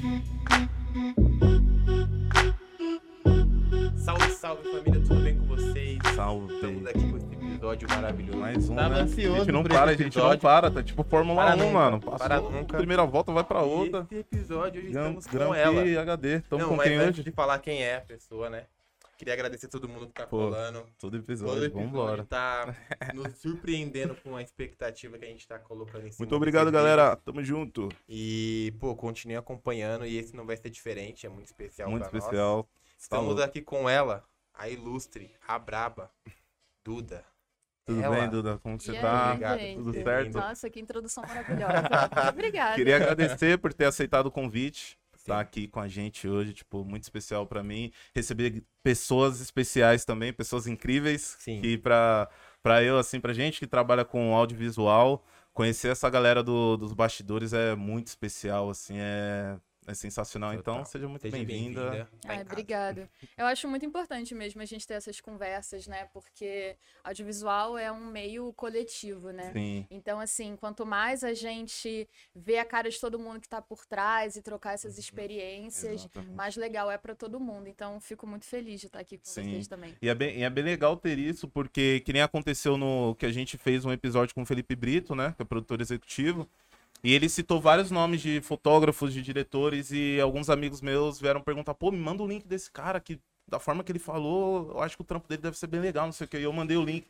Salve, salve família, tudo bem com vocês? Salve. Estamos aqui com esse episódio maravilhoso. Mais um, Tava né? ansioso A gente não por para, a esse gente não episódio. para. Tá tipo Fórmula Para 1, nunca, mano. para Passou nunca. primeira volta, vai pra outra. E esse episódio hoje Grand, estamos Grand com ela. Prix HD. Tamo Não, com mas quem antes hoje? de falar quem é a pessoa, né? Queria agradecer todo mundo que tá Pô, colando. Todo Todo episódio, episódio vambora. tá nos surpreendendo com a expectativa que a gente tá colocando em cima Muito obrigado, desse galera. vídeo. Tamo junto. E, pô, continue acompanhando e esse não vai ser diferente, é muito especial Muito pra nós. especial. Tá Estamos louco. aqui com ela, a ilustre, a braba, Duda. Tudo Ela. bem, Duda? Como você E tá? aí, Obrigado, gente? Tudo Bem-vinda. certo? Nossa, que introdução maravilhosa. Obrigada. Queria agradecer por ter aceitado o convite. Sim. Tá aqui com a gente hoje, tipo, muito especial pra mim. Receber pessoas especiais também, pessoas incríveis. Sim. Que pra eu, assim, pra gente que trabalha com audiovisual, conhecer essa galera dos bastidores é muito especial, assim, é sensacional. Total. Então, seja muito Seja bem-vinda. Tá em Ai, casa. obrigada. Eu acho muito importante mesmo a gente ter essas conversas, né? Porque audiovisual é um meio coletivo, né? Sim. Então, assim, quanto mais a gente vê a cara de todo mundo que tá por trás e trocar essas experiências, Exatamente. mais legal é pra todo mundo. Então, fico muito feliz de estar aqui com Sim. vocês também. E é bem legal ter isso, porque que nem aconteceu no que a gente fez um episódio com o Felipe Brito, né, que é produtor executivo, e ele citou vários nomes de fotógrafos, de diretores, e alguns amigos meus vieram perguntar, pô, me manda o link desse cara, que da forma que ele falou, eu acho que o trampo dele deve ser bem legal, não sei o que, e eu mandei o link.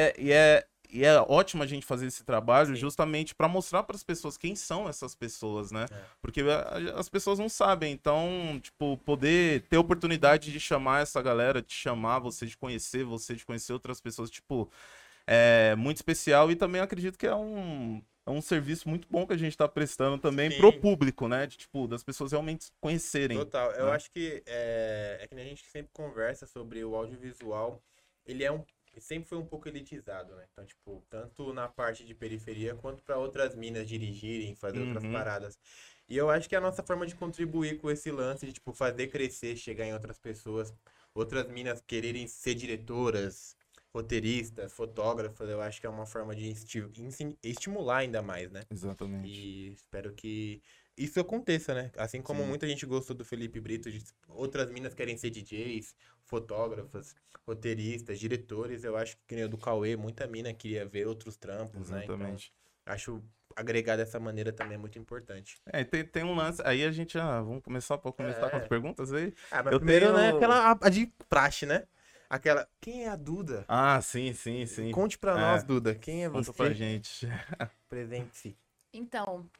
E é ótimo a gente fazer esse trabalho Sim. justamente para mostrar para as pessoas quem são essas pessoas, né? É. Porque as pessoas não sabem, então, tipo, poder ter oportunidade de chamar essa galera, de chamar você, de conhecer outras pessoas, tipo, é muito especial e também acredito que é um serviço muito bom que a gente tá prestando também Sim. pro público, né? De, tipo, das pessoas realmente conhecerem. Total, eu né? acho que é que nem a gente sempre conversa sobre o audiovisual, ele sempre foi um pouco elitizado, né? Então, tipo, tanto na parte de periferia quanto para outras minas dirigirem, fazer outras Uhum. paradas. E eu acho que é a nossa forma de contribuir com esse lance de, tipo, fazer crescer, chegar em outras pessoas, outras minas quererem ser diretoras, roteiristas, fotógrafas, eu acho que é uma forma de estimular ainda mais, né? Exatamente. E espero que isso aconteça, né? Assim como Sim. muita gente gostou do Felipe Brito, outras minas querem ser DJs, fotógrafas, roteiristas, diretores. Eu acho que nem o do Cauê, muita mina queria ver outros trampos, né? Exatamente. Então, acho agregar dessa maneira também é muito importante. É, tem um lance. Aí a gente. Vamos começar com as perguntas aí? Ah, mas Eu primeiro, né, tenho- aquela a de praxe, né? Aquela, quem é a Duda? Ah, sim. Conte pra É. nós, Duda, quem é Conta você? pra gente. Presente-se. Então,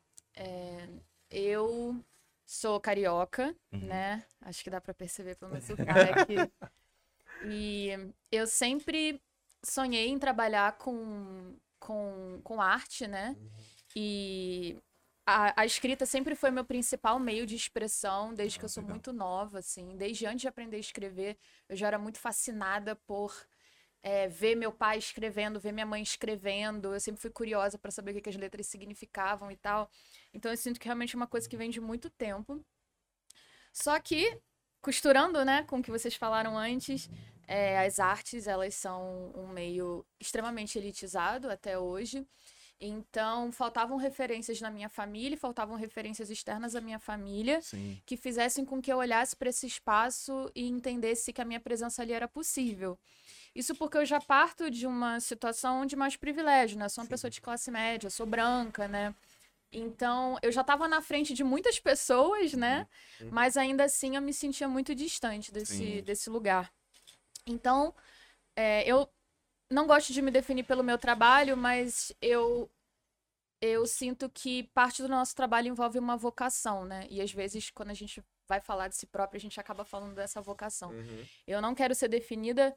eu sou carioca, Uhum. né? Acho que dá pra perceber pelo meu sotaque. E eu sempre sonhei em trabalhar com arte, né? E a escrita sempre foi meu principal meio de expressão, desde que eu sou legal. muito nova, assim. Desde antes de aprender a escrever, eu já era muito fascinada por ver meu pai escrevendo, ver minha mãe escrevendo. Eu sempre fui curiosa para saber o que as letras significavam e tal. Então eu sinto que realmente é uma coisa que vem de muito tempo. Só que, costurando, né, com o que vocês falaram antes, as artes, elas são um meio extremamente elitizado até hoje. Então, faltavam referências na minha família, faltavam referências externas à minha família, Sim. que fizessem com que eu olhasse para esse espaço e entendesse que a minha presença ali era possível. Isso porque eu já parto de uma situação de mais privilégio, né? Sou uma pessoa de classe média, sou branca, né? Então, eu já estava na frente de muitas pessoas, né? Mas ainda assim eu me sentia muito distante Sim. desse lugar. Então, eu não gosto de me definir pelo meu trabalho, mas eu sinto que parte do nosso trabalho envolve uma vocação, né? E às vezes, quando a gente vai falar de si próprio, a gente acaba falando dessa vocação. Uhum. Eu não quero ser definida.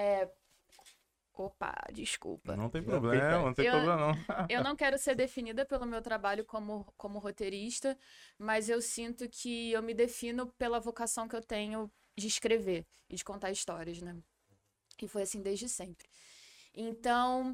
Opa, desculpa. Não tem Não, problema, não tem eu- problema não. Eu não quero ser definida pelo meu trabalho como roteirista, mas eu sinto que eu me defino pela vocação que eu tenho de escrever e de contar histórias, né? E foi assim desde sempre. Então,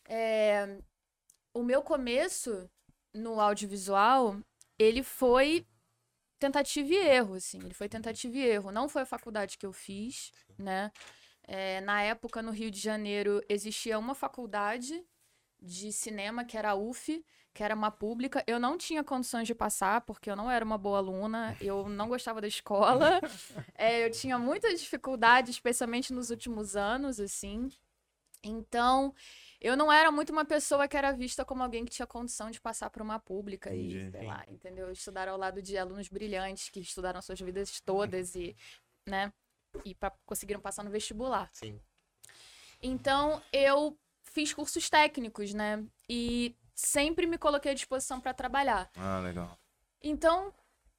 o meu começo no audiovisual, ele foi tentativa e erro, assim. Ele foi tentativa e erro. Não foi a faculdade que eu fiz, né? Na época, no Rio de Janeiro, existia uma faculdade de cinema, que era a UF, que era uma pública. Eu não tinha condições de passar, porque eu não era uma boa aluna, eu não gostava da escola. Eu tinha muita dificuldade, especialmente nos últimos anos, assim. Então, eu não era muito uma pessoa que era vista como alguém que tinha condição de passar por uma pública e, sei lá, entendeu? Estudar ao lado de alunos brilhantes que estudaram suas vidas todas e, né, e conseguiram passar no vestibular. Sim. Então, eu fiz cursos técnicos, né? E sempre me coloquei à disposição para trabalhar. Ah, legal. Então,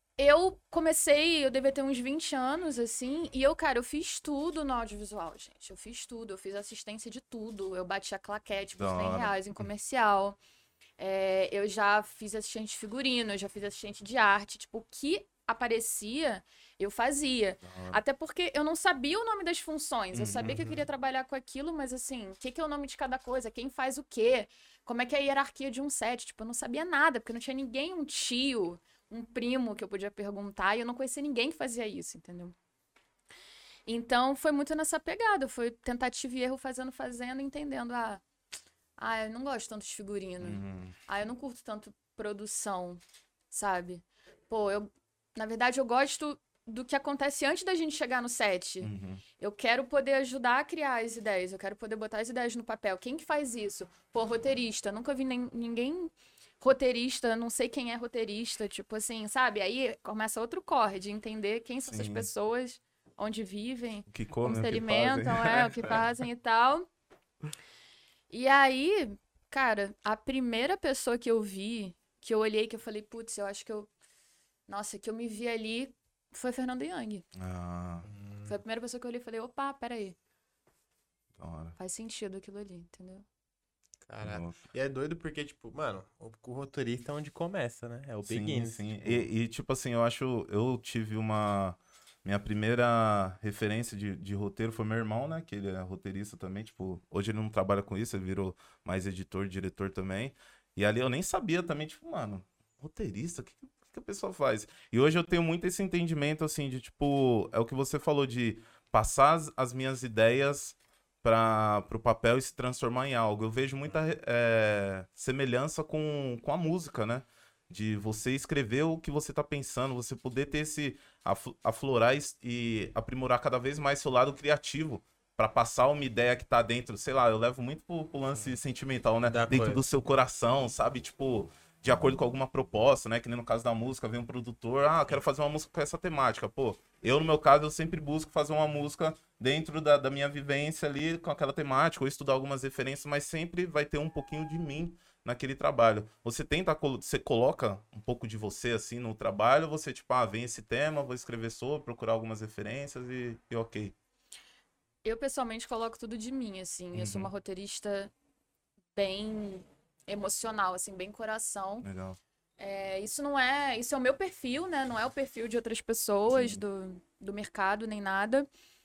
eu devia ter uns 20 anos, assim, e eu fiz tudo no audiovisual, gente. Eu fiz tudo, eu fiz assistência de tudo. Eu bati a claquete por R$100 em comercial. Eu já fiz assistente de figurino, eu já fiz assistente de arte. Tipo, o que aparecia, eu fazia. Até porque eu não sabia o nome das funções. Eu sabia que eu queria trabalhar com aquilo, mas assim, o que é o nome de cada coisa? Quem faz o quê? Como é que é a hierarquia de um set? Tipo, eu não sabia nada, porque não tinha ninguém, um tio, um primo que eu podia perguntar, e eu não conhecia ninguém que fazia isso, entendeu? Então, foi muito nessa pegada. Foi tentativa e erro, fazendo, entendendo. Eu não gosto tanto de figurino. Eu não curto tanto produção, sabe? Pô, na verdade, eu gosto do que acontece antes da gente chegar no set. Eu quero poder ajudar a criar as ideias, eu quero poder botar as ideias no papel. Quem que faz isso? Pô, roteirista. Nunca vi ninguém roteirista, não sei quem é roteirista, tipo assim, sabe? Aí começa outro corre de entender quem são essas pessoas, onde vivem, Que como comem, se o que alimentam, fazem. o que fazem e tal. E aí, cara, a primeira pessoa que eu vi, que eu olhei, que eu falei, putz, eu acho que nossa, que eu me vi ali, foi Fernando Young. Foi a primeira pessoa que eu olhei e falei, opa, peraí. Faz sentido aquilo ali, entendeu? Caraca. E é doido porque, tipo, mano, o roteirista é onde começa, né? É o beginning. Sim. Tipo... Tipo assim, eu tive minha primeira referência de roteiro foi meu irmão, né? Que ele é roteirista também, tipo, hoje ele não trabalha com isso, ele virou mais editor, diretor também. E ali eu nem sabia também, tipo, mano, roteirista, o que a pessoa faz? E hoje eu tenho muito esse entendimento, assim, de tipo, é o que você falou, de passar as minhas ideias para o papel e se transformar em algo. Eu vejo muita semelhança com a música, né? De você escrever o que você tá pensando, você poder ter aflorar e aprimorar cada vez mais seu lado criativo para passar uma ideia que tá dentro, sei lá, eu levo muito pro lance sentimental, né? Dentro do seu coração, sabe? Tipo, de acordo com alguma proposta, né? Que nem no caso da música, vem um produtor, quero fazer uma música com essa temática. Pô, no meu caso, eu sempre busco fazer uma música dentro da minha vivência ali, com aquela temática, ou estudar algumas referências, mas sempre vai ter um pouquinho de mim naquele trabalho. Você coloca um pouco de você, assim, no trabalho, você, tipo, vem esse tema, vou escrever sobre, procurar algumas referências e ok. Eu, pessoalmente, coloco tudo de mim, assim. Eu sou uma roteirista bem emocional, assim, bem coração. Legal. Isso é o meu perfil, né? Não é o perfil de outras pessoas do mercado, nem nada.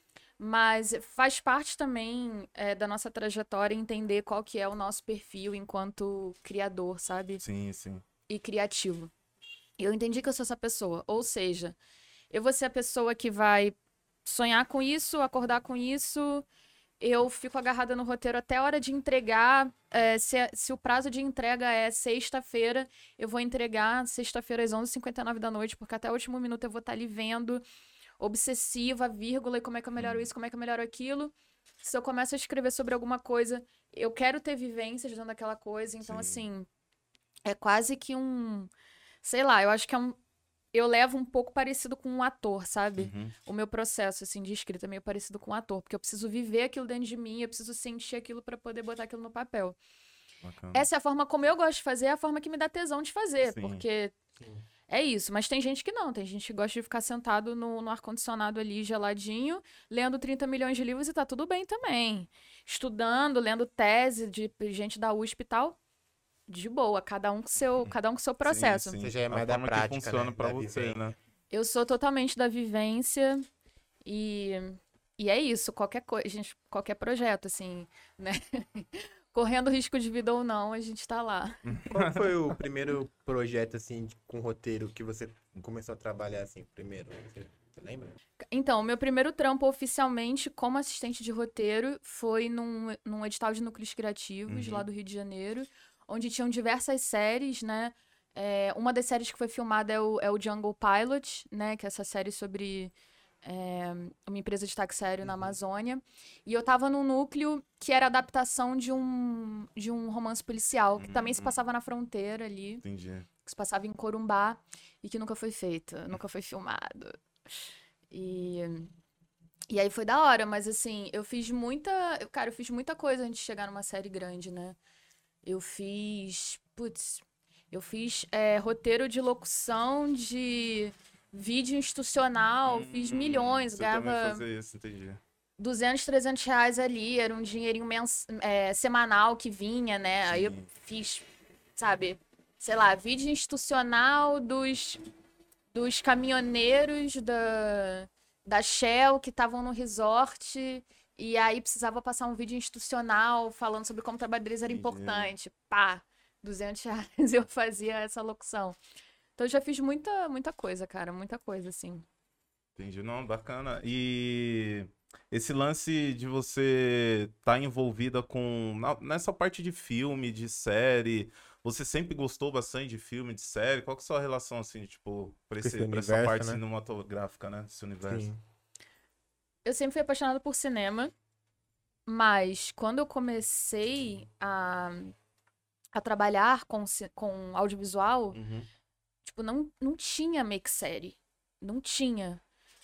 Mas faz parte também da nossa trajetória entender qual que é o nosso perfil enquanto criador, sabe? Sim. E criativo. Eu entendi que eu sou essa pessoa. Ou seja, eu vou ser a pessoa que vai sonhar com isso, acordar com isso. Eu fico agarrada no roteiro até a hora de entregar. Se o prazo de entrega é sexta-feira, eu vou entregar sexta-feira às 11h59 da noite, porque até o último minuto eu vou estar ali vendo, obsessiva, vírgula, e como é que eu melhoro isso, como é que eu melhoro aquilo. Se eu começo a escrever sobre alguma coisa, eu quero ter vivências dentro daquela coisa. Então, assim, é quase que sei lá, eu acho que eu levo um pouco parecido com um ator, sabe? O meu processo, assim, de escrita é meio parecido com um ator, porque eu preciso viver aquilo dentro de mim, eu preciso sentir aquilo pra poder botar aquilo no papel. Bacana. Essa é a forma como eu gosto de fazer, é a forma que me dá tesão de fazer, porque é isso. Mas tem gente que não, tem gente que gosta de ficar sentado no ar-condicionado ali, geladinho, lendo 30 milhões de livros e tá tudo bem também. Estudando, lendo tese de gente da USP e tal. De boa, cada um com seu processo. Sim. Você já é mais da prática, que funciona, né? pra Da você, vivência. né? Eu sou totalmente da vivência e é isso, qualquer coisa, gente, qualquer projeto, assim, né? Correndo risco de vida ou não, a gente tá lá. Qual foi o primeiro projeto, assim, com roteiro que você começou a trabalhar, assim, primeiro? Você lembra? Então, o meu primeiro trampo oficialmente como assistente de roteiro foi num edital de núcleos criativos lá do Rio de Janeiro, onde tinham diversas séries, né? Uma das séries que foi filmada é o Jungle Pilot, né? Que é essa série sobre uma empresa de táxi aéreo na Amazônia. E eu tava num núcleo que era adaptação de um romance policial, que também se passava na fronteira ali, Entendi. que se passava em Corumbá e que nunca foi feito, nunca foi filmado. E aí foi da hora, mas assim, eu fiz muita coisa antes de chegar numa série grande, né? Eu fiz roteiro de locução de vídeo institucional, fiz milhões, Você também ganhava fazia isso, entendi. 200, 300 reais ali, era um dinheirinho semanal que vinha, né? Aí eu Sim. fiz, sabe, sei lá, vídeo institucional dos caminhoneiros da Shell que estavam no resort e aí precisava passar um vídeo institucional falando sobre como o trabalho deles era Entendi. importante. Pá, 200 reais eu fazia essa locução. Então eu já fiz muita coisa, cara, muita coisa, assim. Entendi, não, bacana. E esse lance de você estar envolvida nessa parte de filme, de série, você sempre gostou bastante de filme, de série? Qual que é a sua relação, assim, tipo, pra esse essa universo, parte né? cinematográfica, né, desse universo? Sim. Eu sempre fui apaixonada por cinema, mas quando eu comecei a trabalhar com audiovisual, Uhum. tipo, não tinha make série. Não tinha.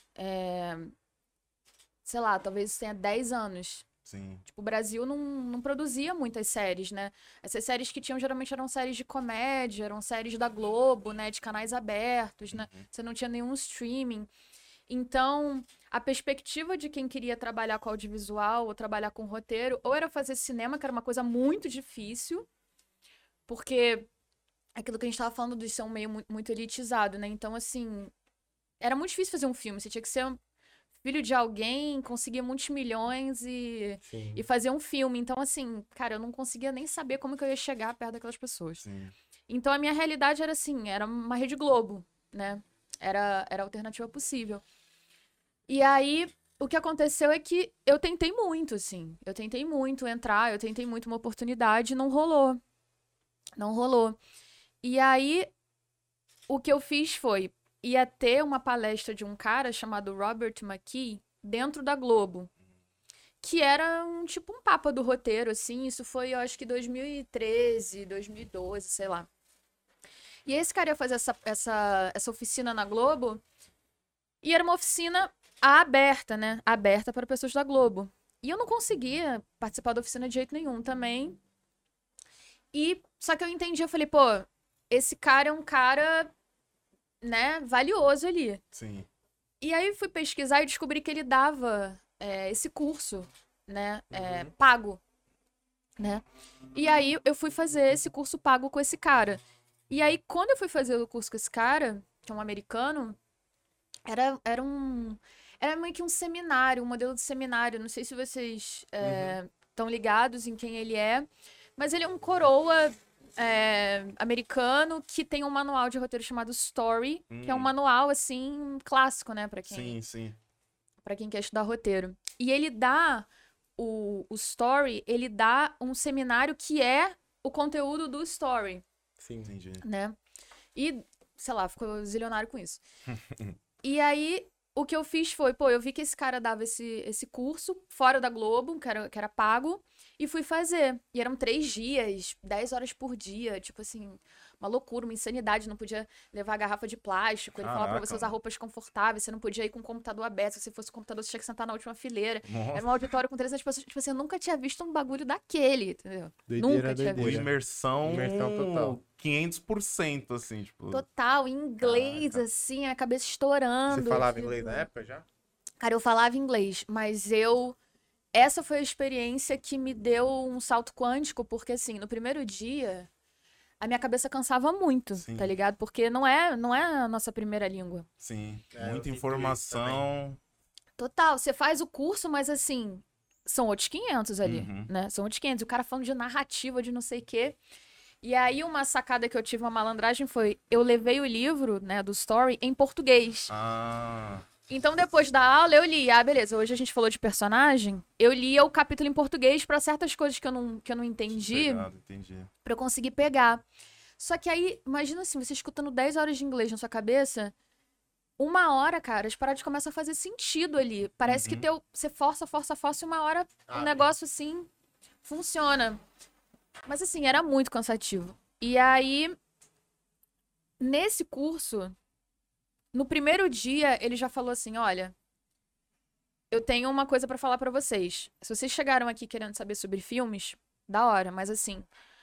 Sei lá, talvez tenha 10 anos. Sim. Tipo, o Brasil não produzia muitas séries, né? Essas séries que tinham geralmente eram séries de comédia, eram séries da Globo, né? De canais abertos, né? Você não tinha nenhum streaming. Então, a perspectiva de quem queria trabalhar com audiovisual ou trabalhar com roteiro, ou era fazer cinema, que era uma coisa muito difícil, porque aquilo que a gente tava falando de ser um meio muito elitizado, né? Então, assim, era muito difícil fazer um filme. Você tinha que ser filho de alguém, conseguir muitos milhões Sim. e fazer um filme. Então, assim, cara, eu não conseguia nem saber como que eu ia chegar perto daquelas pessoas. Sim. Então, a minha realidade era assim, era uma Rede Globo, né? Era a alternativa possível. E aí, o que aconteceu é que eu tentei muito, assim. Eu tentei muito entrar, eu tentei muito uma oportunidade, não rolou. Não rolou. E aí, o que eu fiz foi, ia ter uma palestra de um cara chamado Robert McKee dentro da Globo, que era um papa do roteiro, assim. Isso foi, eu acho que 2013, 2012, sei lá. E esse cara ia fazer essa oficina na Globo, e era uma oficina aberta, né? Aberta para pessoas da Globo. E eu não conseguia participar da oficina de jeito nenhum também. Só que eu entendi, eu falei, pô, esse cara é um cara, né, valioso ali. Sim. E aí eu fui pesquisar e descobri que ele dava esse curso, né, pago, né? E aí eu fui fazer esse curso pago com esse cara. E aí, quando eu fui fazer o curso com esse cara, que é um americano, era meio que um seminário, um modelo de seminário. Não sei se vocês estão ligados em quem ele é, mas ele é um coroa americano que tem um manual de roteiro chamado Story, que é um manual, assim, clássico, né, pra quem, Sim. pra quem quer estudar roteiro. E ele dá, o Story, ele dá um seminário que é o conteúdo do Story, Sim. Entendi. né? E, sei lá, ficou zilionário com isso. E aí, o que eu fiz foi, pô, eu vi que esse cara dava esse curso fora da Globo, que era pago, e fui fazer. E eram 3 dias, 10 horas por dia, tipo assim, uma loucura, uma insanidade. Não podia levar garrafa de plástico, ele falava pra Caraca, você usar mano. roupas confortáveis, você não podia ir com o computador aberto, se você fosse o computador, você tinha que sentar na última fileira. Nossa. Era um auditório com 300 pessoas, tipo assim, eu nunca tinha visto um bagulho daquele, entendeu? Doideira, Nunca tinha doideira. visto. Imersão total. 500%, assim, tipo. Total, em inglês, Caraca. assim, a cabeça estourando. Você falava tipo... inglês na época já? Cara, eu falava inglês, mas essa foi a experiência que me deu um salto quântico, porque assim, no primeiro dia, a minha cabeça cansava muito, Sim. tá ligado? Porque não é a nossa primeira língua. Sim. Eu Muita sinto informação. Total, você faz o curso, mas assim, são outros 500 ali, Uhum. né? São outros 500. O cara falando de narrativa, de não sei o quê. E aí, uma sacada que eu tive, uma malandragem foi, eu levei o livro, né, do Story, em português. Ah. Então, depois da aula, eu li. Ah, beleza, hoje a gente falou de personagem. Eu lia o capítulo em português pra certas coisas que eu não entendi, Pegado, entendi. pra eu conseguir pegar. Só que aí, imagina assim, você escutando 10 horas de inglês na sua cabeça, 1 hora, cara, as paradas começam a fazer sentido ali. Parece que você força, e 1 hora o Abre. negócio assim funciona. Mas assim, era muito cansativo. E aí, nesse curso, no primeiro dia, ele já falou assim: olha, eu tenho uma coisa pra falar pra vocês. Se vocês chegaram aqui querendo saber sobre filmes, da hora, mas assim,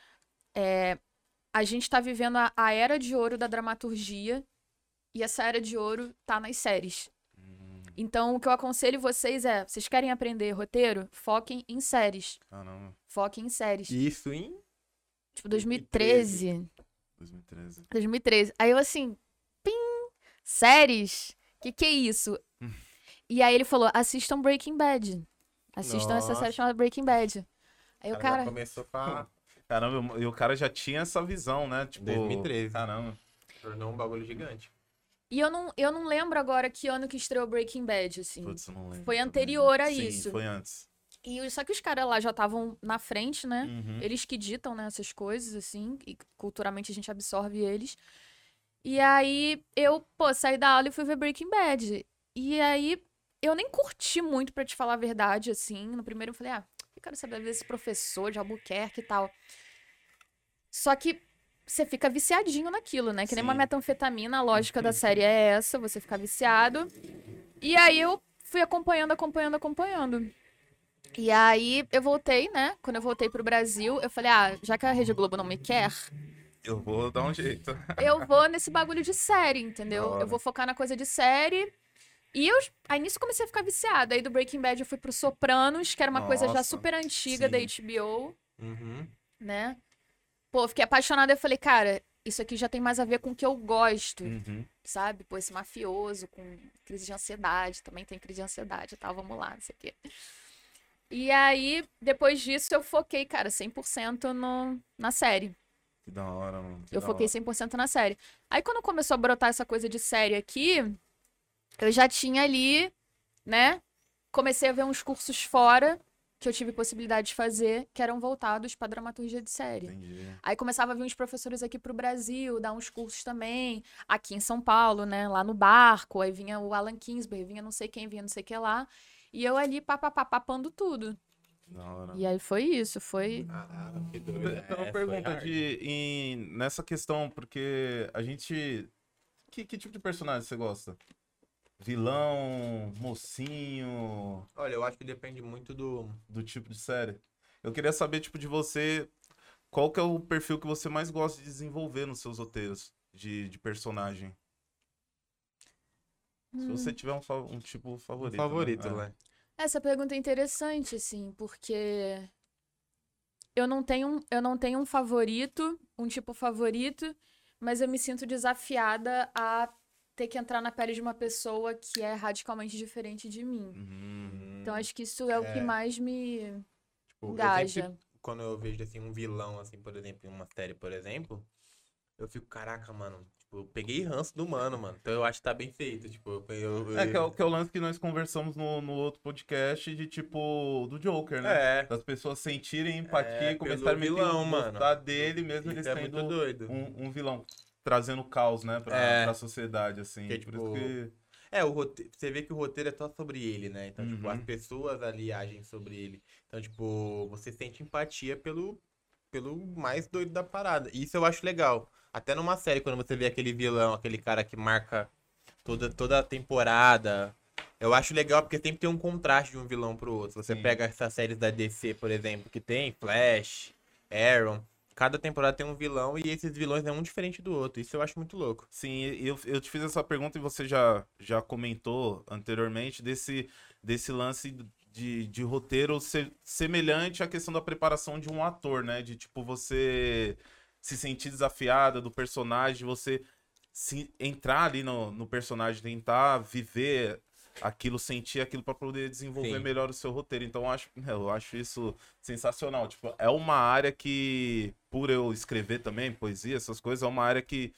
a gente tá vivendo a era de ouro da dramaturgia e essa era de ouro tá nas séries. Então, o que eu aconselho vocês vocês querem aprender roteiro? Foquem em séries. Caramba, Foquem em séries. Isso em Tipo, 2013. 2013. 2013. Aí eu assim, pim, séries? Que é isso? E aí ele falou, assistam Breaking Bad. Assistam essa Nossa. série chamada Breaking Bad. Aí o já cara, começou com a Caramba, e o cara já tinha essa visão, né? Tipo, 2013. caramba. Tornou um bagulho gigante. e eu não lembro agora que ano que estreou Breaking Bad, assim. Putz, eu não lembro. Foi também. anterior a Sim, isso. foi antes. Só que os caras lá já estavam na frente, né? Uhum. Eles que ditam, né, essas coisas, assim, e culturalmente a gente absorve eles. E aí eu, saí da aula e fui ver Breaking Bad. E aí eu nem curti muito, pra te falar a verdade, assim. No primeiro eu falei, eu quero saber desse professor de Albuquerque e tal. Só que você fica viciadinho naquilo, né? Que nem uma Sim. metanfetamina, a lógica da série é essa, você ficar viciado. E aí eu fui acompanhando. E aí eu voltei, né? Quando eu voltei pro Brasil, eu falei, já que a Rede Globo não me quer, Eu vou dar um jeito. eu vou nesse bagulho de série, Da entendeu? hora. Eu vou focar na coisa de série. E aí nisso eu comecei a ficar viciada. Aí do Breaking Bad eu fui pro Sopranos, que era uma coisa já Nossa, super antiga da sim. HBO, Uhum. né? Pô, fiquei apaixonada. Eu falei, cara, isso aqui já tem mais a ver com o que eu gosto, Uhum. sabe? Pô, esse mafioso com crise de ansiedade, também tem crise de ansiedade e tal, vamos lá, não sei o quê. E aí, depois disso, eu foquei, cara, 100% na série. Que da hora, mano. que Eu da foquei hora. 100% na série. Aí, quando começou a brotar essa coisa de série aqui, eu já tinha ali, né? Comecei a ver uns cursos fora que eu tive possibilidade de fazer, que eram voltados pra dramaturgia de série. Entendi. Aí começava a vir uns professores aqui pro Brasil, dar uns cursos também, aqui em São Paulo, né? Lá no Barco, aí vinha o Alan Kingsbury, vinha não sei quem, vinha não sei o que lá. E eu ali papando tudo. Que da hora. E aí foi isso, foi. Caraca, que doido. Então, uma Foi pergunta hard. nessa questão, porque a gente. Que tipo de personagem você gosta? Vilão, mocinho, Olha, eu acho que depende muito do tipo de série? Eu queria saber, tipo, de você, qual que é o perfil que você mais gosta de desenvolver nos seus roteiros de personagem? Se você tiver um tipo favorito. favorito, né? né? Essa pergunta é interessante, assim, porque eu não tenho um favorito, um tipo favorito, mas eu me sinto desafiada a ter que entrar na pele de uma pessoa que é radicalmente diferente de mim. Então acho que isso é o que mais me Tipo, eu engaja. sempre, quando eu vejo, assim, um vilão, assim, por exemplo, em uma série, por exemplo, eu fico, caraca, mano, tipo, eu peguei ranço do mano. Então eu acho que tá bem feito, tipo, Que é o lance que nós conversamos no outro podcast de tipo do Joker, né? É, Das pessoas sentirem empatia e pelo começarem meio que vilão, gostar mano. dele, mesmo ele Isso é muito sendo doido. um vilão, trazendo caos, né, pra sociedade, assim. Que, Por tipo, isso que. o roteiro, você vê que o roteiro é só sobre ele, né? Então, tipo, as Uhum. pessoas ali agem sobre ele. Então, tipo, você sente empatia pelo mais doido da parada. E isso eu acho legal. Até numa série, quando você vê aquele vilão, aquele cara que marca toda a temporada. Eu acho legal porque sempre tem um contraste de um vilão pro outro. Você Sim. pega essas séries da DC, por exemplo, que tem Flash, Arrow. Cada temporada tem um vilão e esses vilões é um diferente do outro. Isso eu acho muito louco. Sim, eu te fiz essa pergunta e você já comentou anteriormente desse lance de roteiro semelhante à questão da preparação de um ator, né? De tipo, você se sentir desafiada do personagem, você se entrar ali no personagem, tentar viver aquilo, sentir aquilo para poder desenvolver Sim. melhor o seu roteiro. Então eu acho isso sensacional. Tipo, é uma área que, por eu escrever também, poesia, essas coisas, é uma área que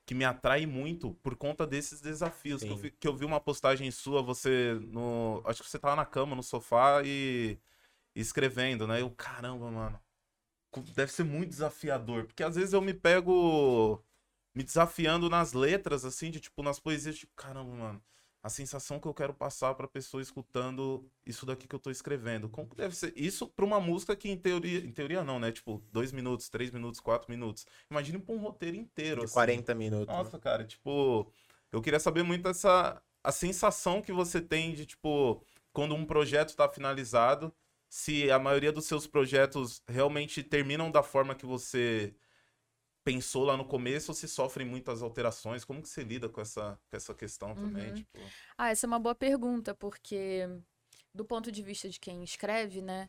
que me atrai muito por conta desses desafios. Sim. Que eu vi uma postagem sua, você no... Acho que você tava na cama, no sofá e escrevendo, né? Eu, caramba, mano. Deve ser muito desafiador. Porque às vezes eu me pego me desafiando nas letras, assim, de tipo, nas poesias, tipo, caramba, mano. A sensação que eu quero passar pra pessoa escutando isso daqui que eu tô escrevendo. Como que deve ser? Isso pra uma música que em teoria não, né? Tipo, 2 minutos, 3 minutos, 4 minutos. Imagine pra um roteiro inteiro, De assim. 40 minutos. Nossa, cara, tipo, eu queria saber muito a sensação que você tem de, tipo, quando um projeto tá finalizado, se a maioria dos seus projetos realmente terminam da forma que você pensou lá no começo ou se sofrem muitas alterações? Como que você lida com essa questão também? Uhum. Tipo... Ah, essa é uma boa pergunta, porque do ponto de vista de quem escreve, né,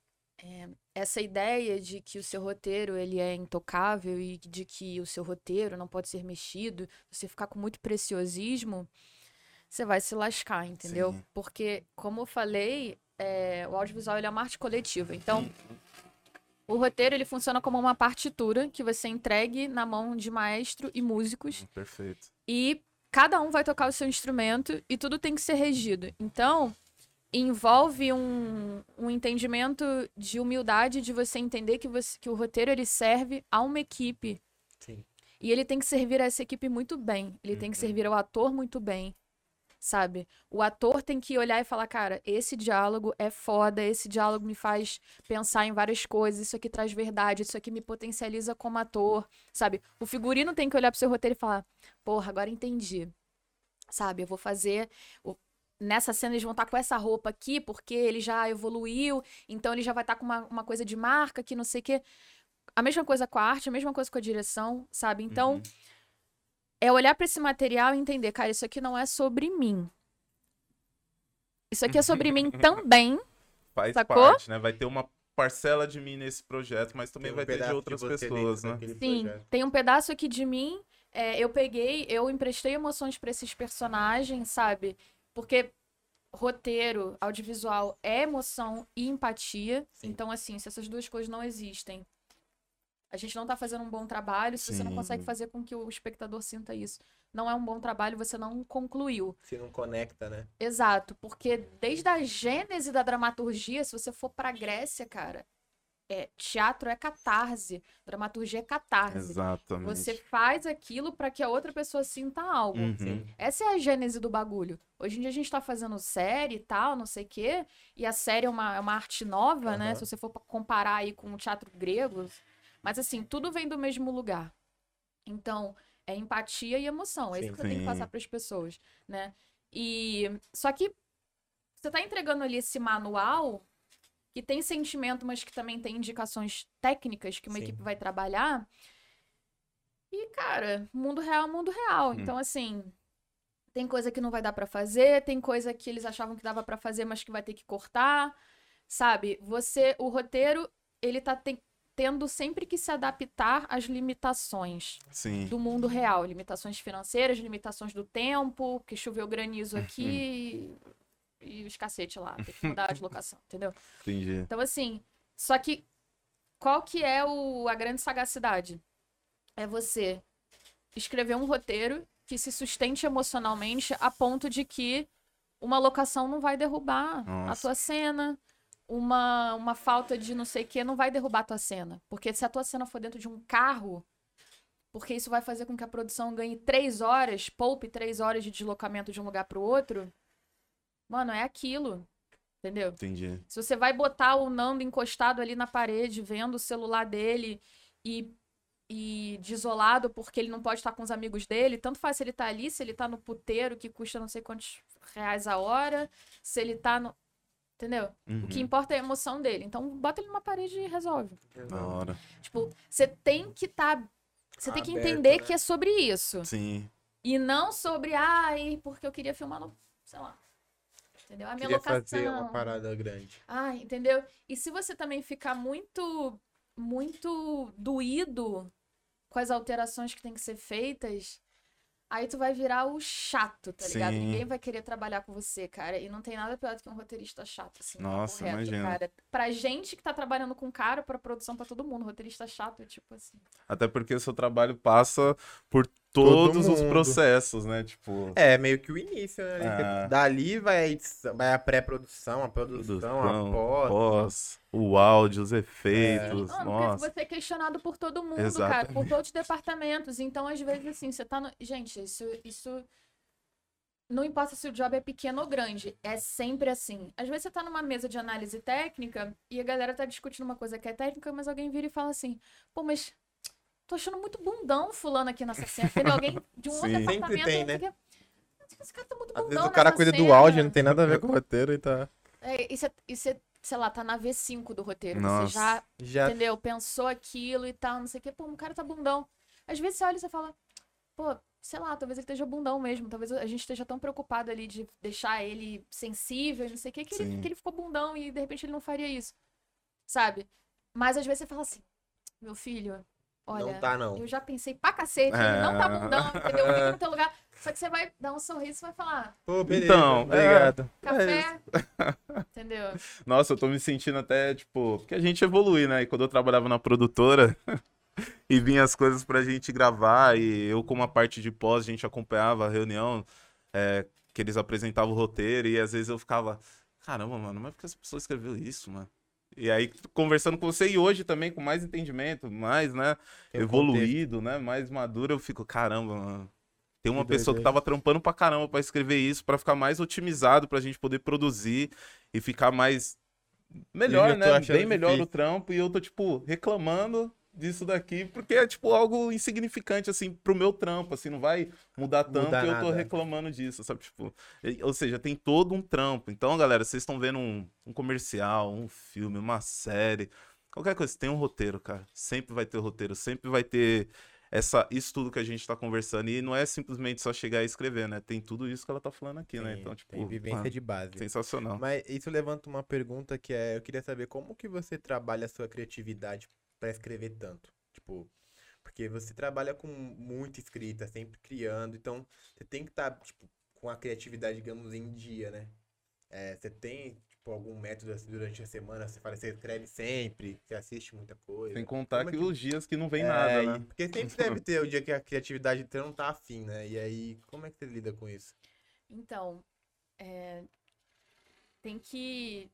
essa ideia de que o seu roteiro ele é intocável e de que o seu roteiro não pode ser mexido, você ficar com muito preciosismo, você vai se lascar, entendeu? Sim. Porque, como eu falei, o audiovisual ele é uma arte coletiva. Então, o roteiro ele funciona como uma partitura que você entregue na mão de maestro e músicos. Perfeito. E cada um vai tocar o seu instrumento e tudo tem que ser regido. Então, envolve um entendimento de humildade de você entender que o roteiro ele serve a uma equipe. Sim. E ele tem que servir a essa equipe muito bem. Ele tem que servir ao ator muito bem. Sabe? O ator tem que olhar e falar, cara, esse diálogo é foda, esse diálogo me faz pensar em várias coisas, isso aqui traz verdade, isso aqui me potencializa como ator, sabe? O figurino tem que olhar pro seu roteiro e falar, porra, agora entendi. Sabe? Eu vou fazer... Nessa cena eles vão estar com essa roupa aqui, porque ele já evoluiu, então ele já vai estar com uma coisa de marca, que não sei o quê. A mesma coisa com a arte, a mesma coisa com a direção, sabe? Então... É olhar pra esse material e entender, cara, isso aqui não é sobre mim. Isso aqui é sobre mim também. Faz sacou? parte, né? Vai ter uma parcela de mim nesse projeto, mas também vai ter de pedaço outras você pessoas, dentro né? daquele Sim, projeto. tem um pedaço aqui de mim. Eu emprestei emoções pra esses personagens, sabe? Porque roteiro, audiovisual é emoção e empatia. Sim. Então, assim, se essas duas coisas não existem, a gente não tá fazendo um bom trabalho se você não Sim. consegue fazer com que o espectador sinta isso. Não é um bom trabalho, você não concluiu. Se não conecta, né? Exato, porque desde a gênese da dramaturgia, se você for pra Grécia, cara, teatro é catarse, dramaturgia é catarse. Exatamente. Você faz aquilo pra que a outra pessoa sinta algo. Uhum. Essa é a gênese do bagulho. Hoje em dia a gente tá fazendo série e tal, não sei o quê, e a série é uma arte nova, né? Aham. Se você for comparar aí com o teatro grego. Mas assim, tudo vem do mesmo lugar. Então, é empatia e emoção. É isso que você tem que Sim. passar pras pessoas, né? E só que você tá entregando ali esse manual que tem sentimento, mas que também tem indicações técnicas que uma Sim. equipe vai trabalhar. E, cara, mundo real é mundo real. Então, assim, tem coisa que não vai dar pra fazer, tem coisa que eles achavam que dava pra fazer, mas que vai ter que cortar, sabe? O roteiro, ele tá tendo sempre que se adaptar às limitações Sim. do mundo real. Limitações financeiras, limitações do tempo, que choveu granizo aqui e os cacete lá. Tem que mudar a deslocação, entendeu? Entendi. Então, assim, só que qual que é a grande sagacidade? É você escrever um roteiro que se sustente emocionalmente a ponto de que uma locação não vai derrubar a Nossa. tua cena, uma falta de não sei o que não vai derrubar a tua cena. Porque se a tua cena for dentro de um carro, porque isso vai fazer com que a produção ganhe 3 horas, poupe 3 horas de deslocamento de um lugar pro outro, mano, é aquilo. Entendeu? Entendi. Se você vai botar o Nando encostado ali na parede, vendo o celular dele e desolado porque ele não pode estar com os amigos dele, tanto faz se ele tá ali, se ele tá no puteiro que custa não sei quantos reais a hora, se ele tá no... Entendeu? O que importa é a emoção dele. Então, bota ele numa parede e resolve. Da hora. Tipo, você tem que você tem que Aberto, entender né? que é sobre isso. Sim. E não sobre, porque eu queria filmar no... Sei lá. Entendeu? A minha Queria locação... fazer uma parada grande. Entendeu? E se você também ficar muito doído com as alterações que tem que ser feitas, aí tu vai virar o chato, tá ligado? Sim. Ninguém vai querer trabalhar com você, cara. E não tem nada pior do que um roteirista chato, assim. Nossa, correto, imagina. cara. Pra gente que tá trabalhando com cara, pra produção, pra todo mundo. Roteirista chato é tipo assim. Até porque o seu trabalho passa por todos os mundo. processos, né? Tipo, É, meio que o início, né? Ah. Dali vai a pré-produção, a produção, a pós. o áudio, os Sim, efeitos, porque nossa. você é questionado por todo mundo, cara, Exatamente. por todos os departamentos. Então, às vezes, assim, você tá no... Gente, isso não importa se o job é pequeno ou grande, é sempre assim. Às vezes você tá numa mesa de análise técnica e a galera tá discutindo uma coisa que é técnica, mas alguém vira e fala assim, pô, mas tô achando muito bundão fulano aqui nessa cena. Entendeu? Alguém de um outro Sim. departamento, Sempre tem, não sei o né? quê. Esse cara tá muito Às bundão vezes o cara nessa cuida do cena. áudio, não tem nada a ver com o roteiro e tá. E você, sei lá, tá na V5 do roteiro. Você Nossa. já, Já entendeu? Pensou aquilo e tal, não sei o quê. Pô, o cara tá bundão. Às vezes você olha e você fala, pô, sei lá, talvez ele esteja bundão mesmo. Talvez a gente esteja tão preocupado ali de deixar ele sensível, não sei o quê, que Sim. ele ficou bundão e de repente ele não faria isso. Sabe? Mas às vezes você fala assim, meu filho, olha, não tá, não. eu já pensei pra cacete, ele não tá bundão, entendeu? Fica no teu lugar. Só que você vai dar um sorriso e vai falar, Pô, beleza. Então, obrigado. café, entendeu? Nossa, eu tô me sentindo até, tipo, porque a gente evolui, né? E quando eu trabalhava na produtora e vinha as coisas pra gente gravar, e eu, como a parte de pós, a gente acompanhava a reunião, que eles apresentavam o roteiro, e às vezes eu ficava, caramba, mano, mas por que essa pessoa escreveu isso, mano? E aí, conversando com você, e hoje também com mais entendimento, mais, né, Tem um evoluído, né, mais maduro, eu fico, caramba, mano. Tem uma Que pessoa que doideira. tava trampando pra caramba pra escrever isso, pra ficar mais otimizado, pra gente poder produzir e ficar mais melhor, eu tô né? achando Bem melhor o difícil. trampo, e eu tô, tipo, reclamando disso daqui, porque é, tipo, algo insignificante, assim, pro meu trampo, assim, não vai mudar tanto Mudar e eu tô nada. reclamando disso, sabe? Tipo, ou seja, tem todo um trampo. Então, galera, vocês estão vendo um comercial, um filme, uma série, qualquer coisa, tem um roteiro, cara. Sempre vai ter roteiro, sempre vai ter isso tudo que a gente tá conversando. E não é simplesmente só chegar e escrever, né? Tem tudo isso que ela tá falando aqui, né? Então, tipo, Tem vivência mano, de base. sensacional. Mas isso levanta uma pergunta que é, eu queria saber como que você trabalha a sua criatividade pra escrever tanto? Tipo, porque você trabalha com muita escrita, sempre criando, então você tem que estar, tipo, com a criatividade, digamos, em dia, né? Você tem, tipo, algum método assim, durante a semana, você fala, você escreve sempre, você assiste muita coisa. Sem contar Como é que que... os dias que não vem nada, né? Porque sempre deve ter o dia que a criatividade você não tá afim, né? E aí, como é que você lida com isso? Então, tem que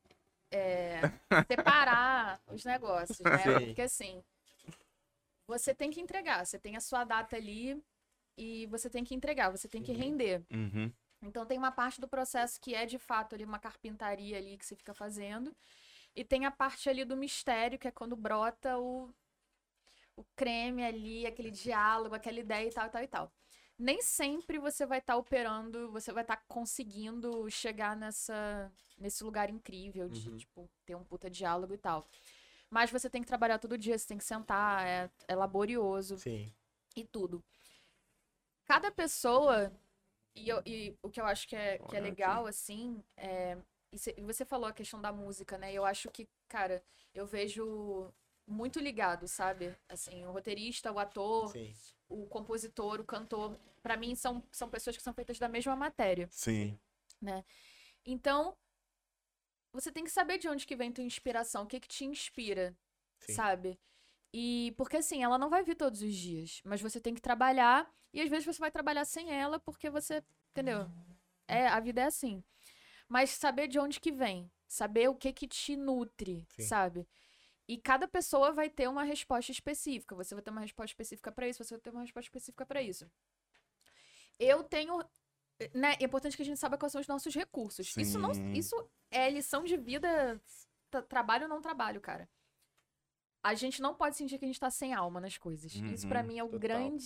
separar os negócios, né? Sim. Porque assim, você tem que entregar, você tem a sua data ali e você tem que entregar, você tem que render. Uhum. Então tem uma parte do processo que é de fato ali uma carpintaria ali que você fica fazendo. E tem a parte ali do mistério, que é quando brota o creme ali, aquele diálogo, aquela ideia e tal, e tal, e tal. Nem sempre você vai estar operando, você vai estar conseguindo chegar nesse lugar incrível de, tipo, ter um puta diálogo e tal. Mas você tem que trabalhar todo dia, você tem que sentar, é laborioso Sim. e tudo. Cada pessoa, e o que eu acho que é legal, assim, e você falou a questão da música, né? Eu acho que, cara, eu vejo muito ligado, sabe? Assim, o roteirista, o ator, Sim. o compositor, o cantor, pra mim são pessoas que são feitas da mesma matéria, Sim. né? Então, você tem que saber de onde que vem tua inspiração, o que que te inspira, Sim. sabe? E porque assim, ela não vai vir todos os dias, mas você tem que trabalhar e às vezes você vai trabalhar sem ela porque você, entendeu? A vida é assim. Mas saber de onde que vem, saber o que que te nutre, Sim. sabe? E cada pessoa vai ter uma resposta específica. Você vai ter uma resposta específica pra isso, você vai ter uma resposta específica pra isso. Eu tenho, né, é importante que a gente saiba quais são os nossos recursos. Sim. Isso é lição de vida, trabalho ou não trabalho, cara. A gente não pode sentir que a gente tá sem alma nas coisas. Isso pra mim é total.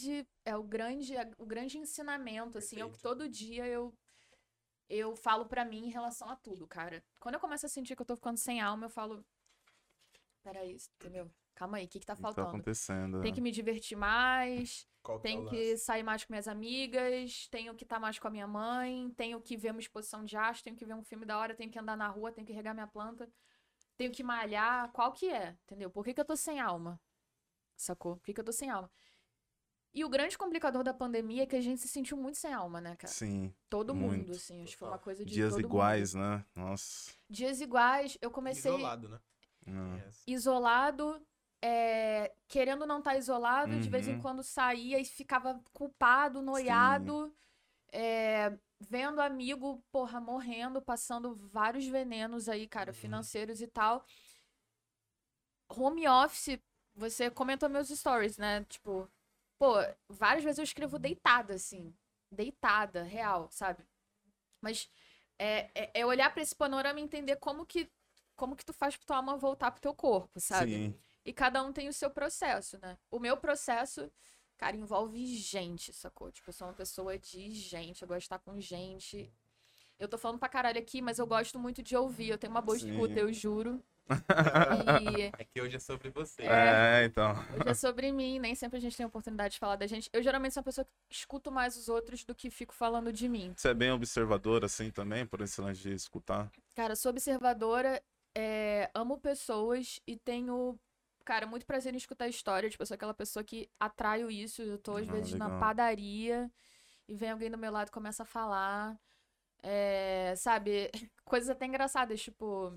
o grande ensinamento, assim, é o que Perfeito. todo dia eu falo pra mim em relação a tudo, cara. Quando eu começo a sentir que eu tô ficando sem alma, eu falo, peraí, entendeu? Calma aí, o que que tá O que tá faltando? acontecendo? Tem que me divertir mais, Qual que é o tenho lance? que sair mais com minhas amigas, tenho que estar mais com a minha mãe, tenho que ver uma exposição de arte, tenho que ver um filme da hora, tenho que andar na rua, tenho que regar minha planta, tenho que malhar, qual que é, entendeu? Por que eu tô sem alma? Sacou? Por que eu tô sem alma? E o grande complicador da pandemia é que a gente se sentiu muito sem alma, né, cara? Sim. Todo muito. mundo, assim, acho que foi uma coisa de Dias todo iguais, mundo. né? Nossa. Dias iguais, eu comecei Isolado, né? Não. Yes. isolado, querendo não estar isolado, de vez em Uhum. quando saía e ficava culpado, noiado, vendo amigo, porra, morrendo, passando vários venenos aí, cara, financeiros e tal. Home office, você comentou meus stories, né? Tipo, pô, várias vezes eu escrevo deitada, assim. Deitada, real, sabe? Mas é olhar pra esse panorama e entender como que tu faz pra tua alma voltar pro teu corpo, sabe? Sim. E cada um tem o seu processo, né? O meu processo, cara, envolve gente, sacou? Tipo, eu sou uma pessoa de gente, eu gosto de estar com gente. Eu tô falando pra caralho aqui, mas eu gosto muito de ouvir. Eu tenho uma boa escuta, Sim. eu juro. E É que hoje é sobre você. Então. hoje é sobre mim, nem sempre a gente tem a oportunidade de falar da gente. Eu geralmente sou uma pessoa que escuto mais os outros do que fico falando de mim. Você é bem observador, assim, também, por esse lance de escutar? Cara, sou observadora, amo pessoas e tenho, cara, muito prazer em escutar história. Tipo, eu sou aquela pessoa que atraio isso. Eu tô, às vezes, na Legal. padaria e vem alguém do meu lado e começa a falar. Sabe? Coisas até engraçadas, tipo.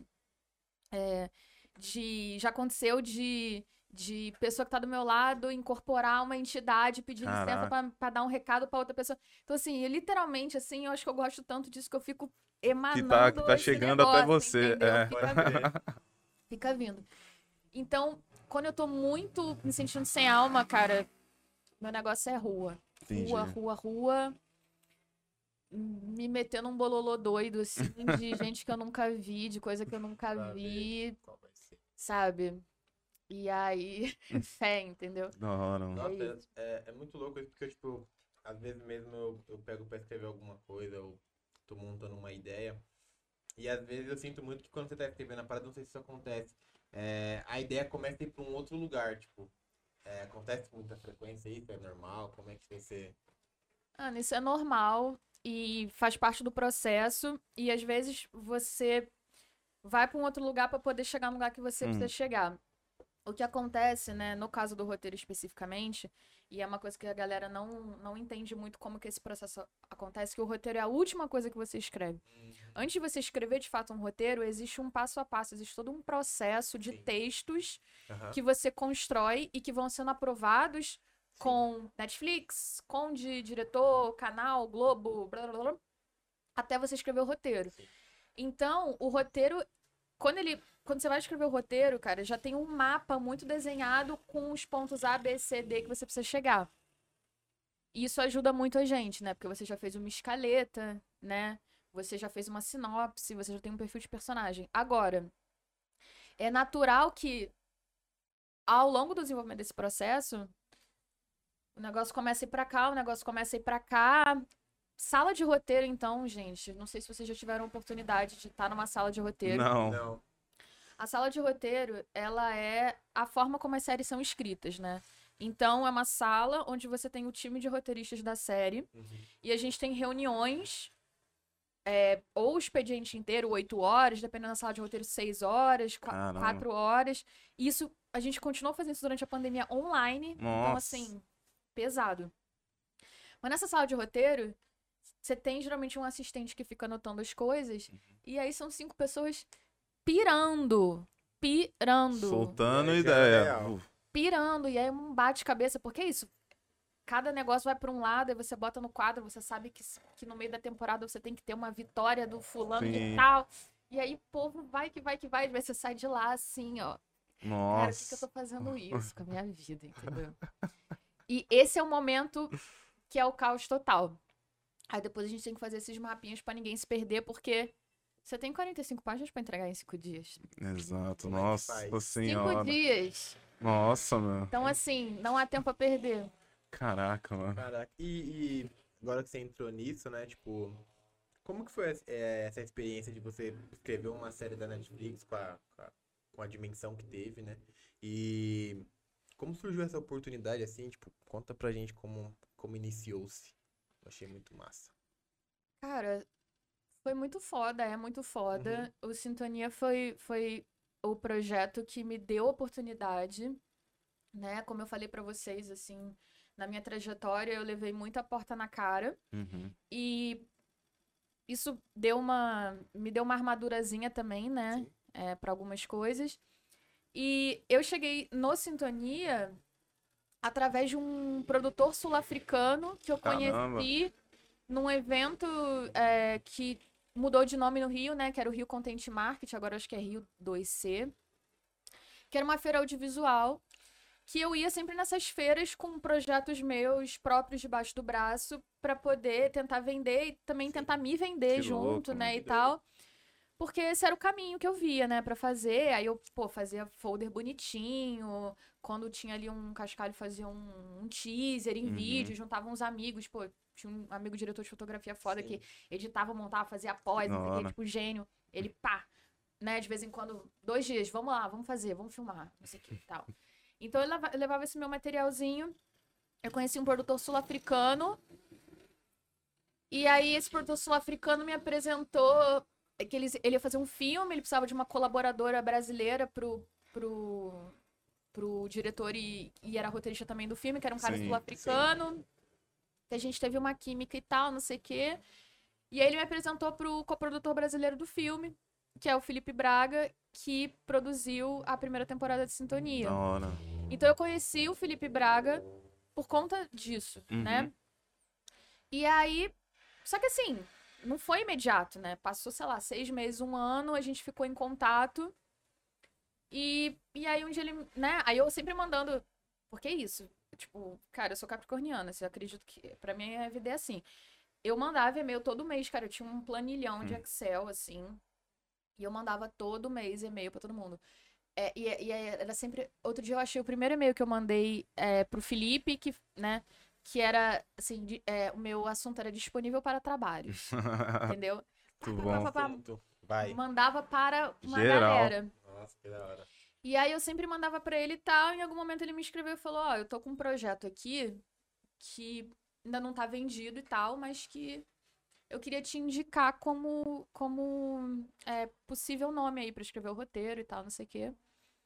Já aconteceu de pessoa que tá do meu lado incorporar uma entidade, pedir licença Caraca. pra dar um recado pra outra pessoa. Então, assim, eu, literalmente, assim, eu acho que eu gosto tanto disso que eu fico Que emanando tá esse chegando até negócio, você. entendeu? É. Fica vindo. Fica vindo. Então, quando eu tô muito me sentindo sem alma, cara, meu negócio é rua. Entendi. Rua. Me meter num bololô doido, assim, de gente que eu nunca vi, de coisa que eu nunca Pra vi, ver qual vai ser. sabe? E aí, fé, entendeu? Da hora, mano. Nossa, isso. é muito louco isso, porque, tipo, às vezes mesmo eu pego pra escrever alguma coisa, eu tô montando uma ideia, e às vezes eu sinto muito que quando você tá escrevendo a parada, não sei se isso acontece, a ideia começa a ir pra um outro lugar, tipo, acontece com muita frequência isso, é normal, como é que você... Ana, isso é normal e faz parte do processo. E às vezes você vai pra um outro lugar pra poder chegar no lugar que você precisa chegar. O que acontece, né, no caso do roteiro especificamente, e é uma coisa que a galera não entende muito como que esse processo acontece, que o roteiro é a última coisa que você escreve. Antes de você escrever, de fato, um roteiro, existe um passo a passo, existe todo um processo de Sim. textos Aham. que você constrói e que vão sendo aprovados Sim. com Netflix, com de diretor, canal, Globo, blá, blá, blá, até você escrever o roteiro. Sim. Então, o roteiro, quando você vai escrever o roteiro, cara, já tem um mapa muito desenhado com os pontos A, B, C, D que você precisa chegar. E isso ajuda muito a gente, né? Porque você já fez uma escaleta, né? Você já fez uma sinopse, você já tem um perfil de personagem. Agora, é natural que ao longo do desenvolvimento desse processo, o negócio começa a ir pra cá, o negócio começa a ir pra cá. Sala de roteiro, então, gente, não sei se vocês já tiveram a oportunidade de estar numa sala de roteiro. Não. Não. A sala de roteiro, ela é a forma como as séries são escritas, né? Então, é uma sala onde você tem o time de roteiristas da série e a gente tem reuniões, ou o expediente inteiro, 8 horas, dependendo da sala de roteiro, 6 horas, Caramba. 4 horas. E isso, a gente continuou fazendo isso durante a pandemia online. Então, Nossa. assim, pesado. Mas nessa sala de roteiro, você tem geralmente um assistente que fica anotando as coisas. E aí são 5 pessoas pirando. Soltando E aí já é ideia. real. Pirando. E aí um bate-cabeça. Porque é isso. Cada negócio vai pra um lado, aí você bota no quadro, você sabe que no meio da temporada você tem que ter uma vitória do fulano de Sim. tal. E aí o povo vai que vai que vai. Às vezes você sai de lá assim, ó. Cara, por que eu tô Nossa. fazendo isso com a minha vida, entendeu? E esse é o momento que é o caos total. Aí depois a gente tem que fazer esses mapinhas pra ninguém se perder, porque você tem 45 páginas pra entregar em 5 dias. Exato. Como é que Nossa faz? 5 senhora. dias. Nossa, meu. Então, assim, não há tempo a perder. Caraca, mano. Caraca, e agora que você entrou nisso, né, tipo, como que foi essa experiência de você escrever uma série da Netflix com a dimensão que teve, né? E como surgiu essa oportunidade, assim, tipo, conta pra gente como iniciou-se. Eu achei muito massa. Cara, foi muito foda, é muito foda. O Sintonia foi o projeto que me deu oportunidade, né? Como eu falei pra vocês, assim, na minha trajetória eu levei muita porta na cara. Uhum. E isso me deu uma armadurazinha também, né? Sim. Pra algumas coisas. E eu cheguei no Sintonia através de um produtor sul-africano que eu Caramba. conheci num evento que mudou de nome no Rio, né? Que era o Rio Content Market, agora acho que é Rio 2C. Que era uma feira audiovisual, que eu ia sempre nessas feiras com projetos meus próprios debaixo do braço para poder tentar vender e também tentar me vender Que junto, louco, né, mano. e tal. Porque esse era o caminho que eu via, né, pra fazer. Aí eu, pô, fazia folder bonitinho. Quando tinha ali um cascalho, fazia um teaser em vídeo, juntava uns amigos. Pô, tinha um amigo diretor de fotografia foda Sim. que editava, montava, fazia pós, não sei o quê, Da hora. tipo, gênio. Ele, pá, né, de vez em quando, 2 dias, vamos lá, vamos fazer, vamos filmar, não sei o que e tal. Então eu levava esse meu materialzinho. Eu conheci um produtor sul-africano. E aí esse produtor sul-africano me apresentou que ele ia fazer um filme, ele precisava de uma colaboradora brasileira pro diretor e era roteirista também do filme, que era um cara Sim, sul-africano. Que a gente teve uma química e tal, não sei o quê. E aí ele me apresentou pro coprodutor brasileiro do filme, que é o Felipe Braga, que produziu a primeira temporada de da Sintonia. hora. Então eu conheci o Felipe Braga por conta disso, né? E aí, só que assim, não foi imediato, né? Passou, sei lá, 6 meses, 1 ano, a gente ficou em contato. E aí um dia ele, né? Aí eu sempre mandando, porque é isso. Tipo, cara, eu sou capricorniana, assim, eu acredito que pra mim a vida é assim. Eu mandava e-mail todo mês, cara, eu tinha um planilhão de Excel, assim, e eu mandava todo mês e-mail pra todo mundo. Era sempre. Outro dia eu achei o primeiro e-mail que eu mandei pro Felipe, que, né? Que era, assim, o meu assunto era disponível para trabalho. Entendeu? Pá, Muito pá, pá, bom. pá, pá. Ponto. Vai. Mandava para uma Geral. galera. Nossa, que da hora. E aí eu sempre mandava pra ele e tal. E em algum momento ele me escreveu e falou: Ó, eu tô com um projeto aqui que ainda não tá vendido e tal, mas que eu queria te indicar como possível nome aí pra escrever o roteiro e tal, não sei o quê.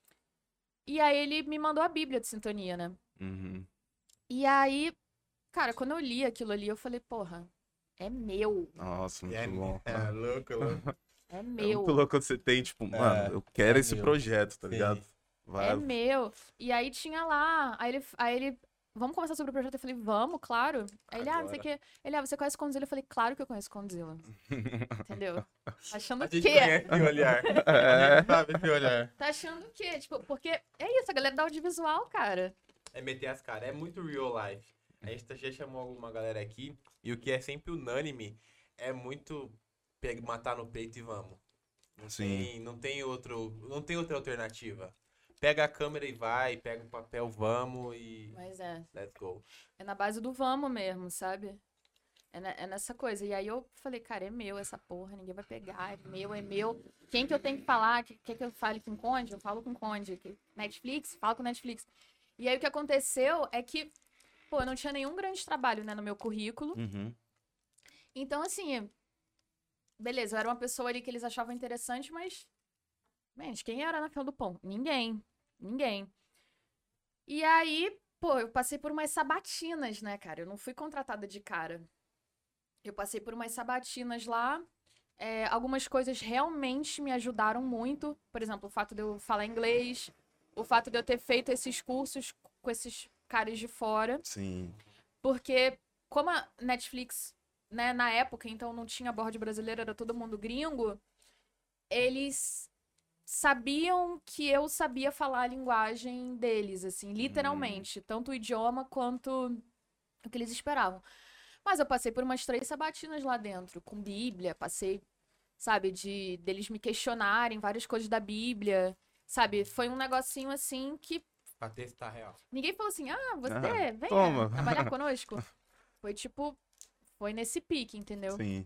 E aí ele me mandou a Bíblia de Sintonia, né? Uhum. E aí, cara, quando eu li aquilo ali, eu falei, porra, é meu. Nossa, É, muito bom. é louco, louco. É É muito meu. louco quando você tem, tipo, mano, eu quero esse meu. projeto, tá Sim. ligado? Vai. É meu. E aí tinha lá. Aí ele. Vamos conversar sobre o projeto? Eu falei, vamos, claro. Aí ele, não sei o Agora. quê. Ele, você conhece Condzilla? Eu falei, claro que eu conheço Condzilla. Entendeu? Achando A o gente quê? conhece esse olhar. A É. gente sabe esse olhar. Tá achando o quê? Tipo, porque é isso, a galera da audiovisual, cara. É meter as caras. É muito real life. A gente já chamou alguma galera aqui. E o que é sempre unânime é muito matar no peito e vamos. Sim. Não tem outra alternativa. Pega a câmera e vai, pega o papel, vamos e Mas é. let's go. É na base do vamos mesmo, sabe? É nessa coisa. E aí eu falei, cara, é meu essa porra, ninguém vai pegar, é meu, é meu. Quem que eu tenho que falar? Quer que eu fale com o Conde? Eu falo com o Conde. Netflix? Falo com Netflix. E aí o que aconteceu é que, pô, eu não tinha nenhum grande trabalho, né, no meu currículo. Uhum. Então, assim, beleza, eu era uma pessoa ali que eles achavam interessante, mas, gente, quem era na fila do pão? Ninguém. Ninguém. E aí, pô, eu passei por umas sabatinas, né, cara? Eu não fui contratada de cara. Eu passei por umas sabatinas lá. Algumas coisas realmente me ajudaram muito. Por exemplo, o fato de eu falar inglês, o fato de eu ter feito esses cursos com esses caras de fora. Sim. Porque, como a Netflix, né, na época, então não tinha board brasileiro, era todo mundo gringo, eles sabiam que eu sabia falar a linguagem deles, assim, literalmente. Tanto o idioma quanto o que eles esperavam. Mas eu passei por umas 3 sabatinas lá dentro, com Bíblia, passei, sabe, deles me questionarem várias coisas da Bíblia, sabe? Foi um negocinho assim que Pra testar real. ninguém falou assim, você Ah, venha toma. trabalhar conosco. Foi tipo, foi nesse pique, entendeu? Sim.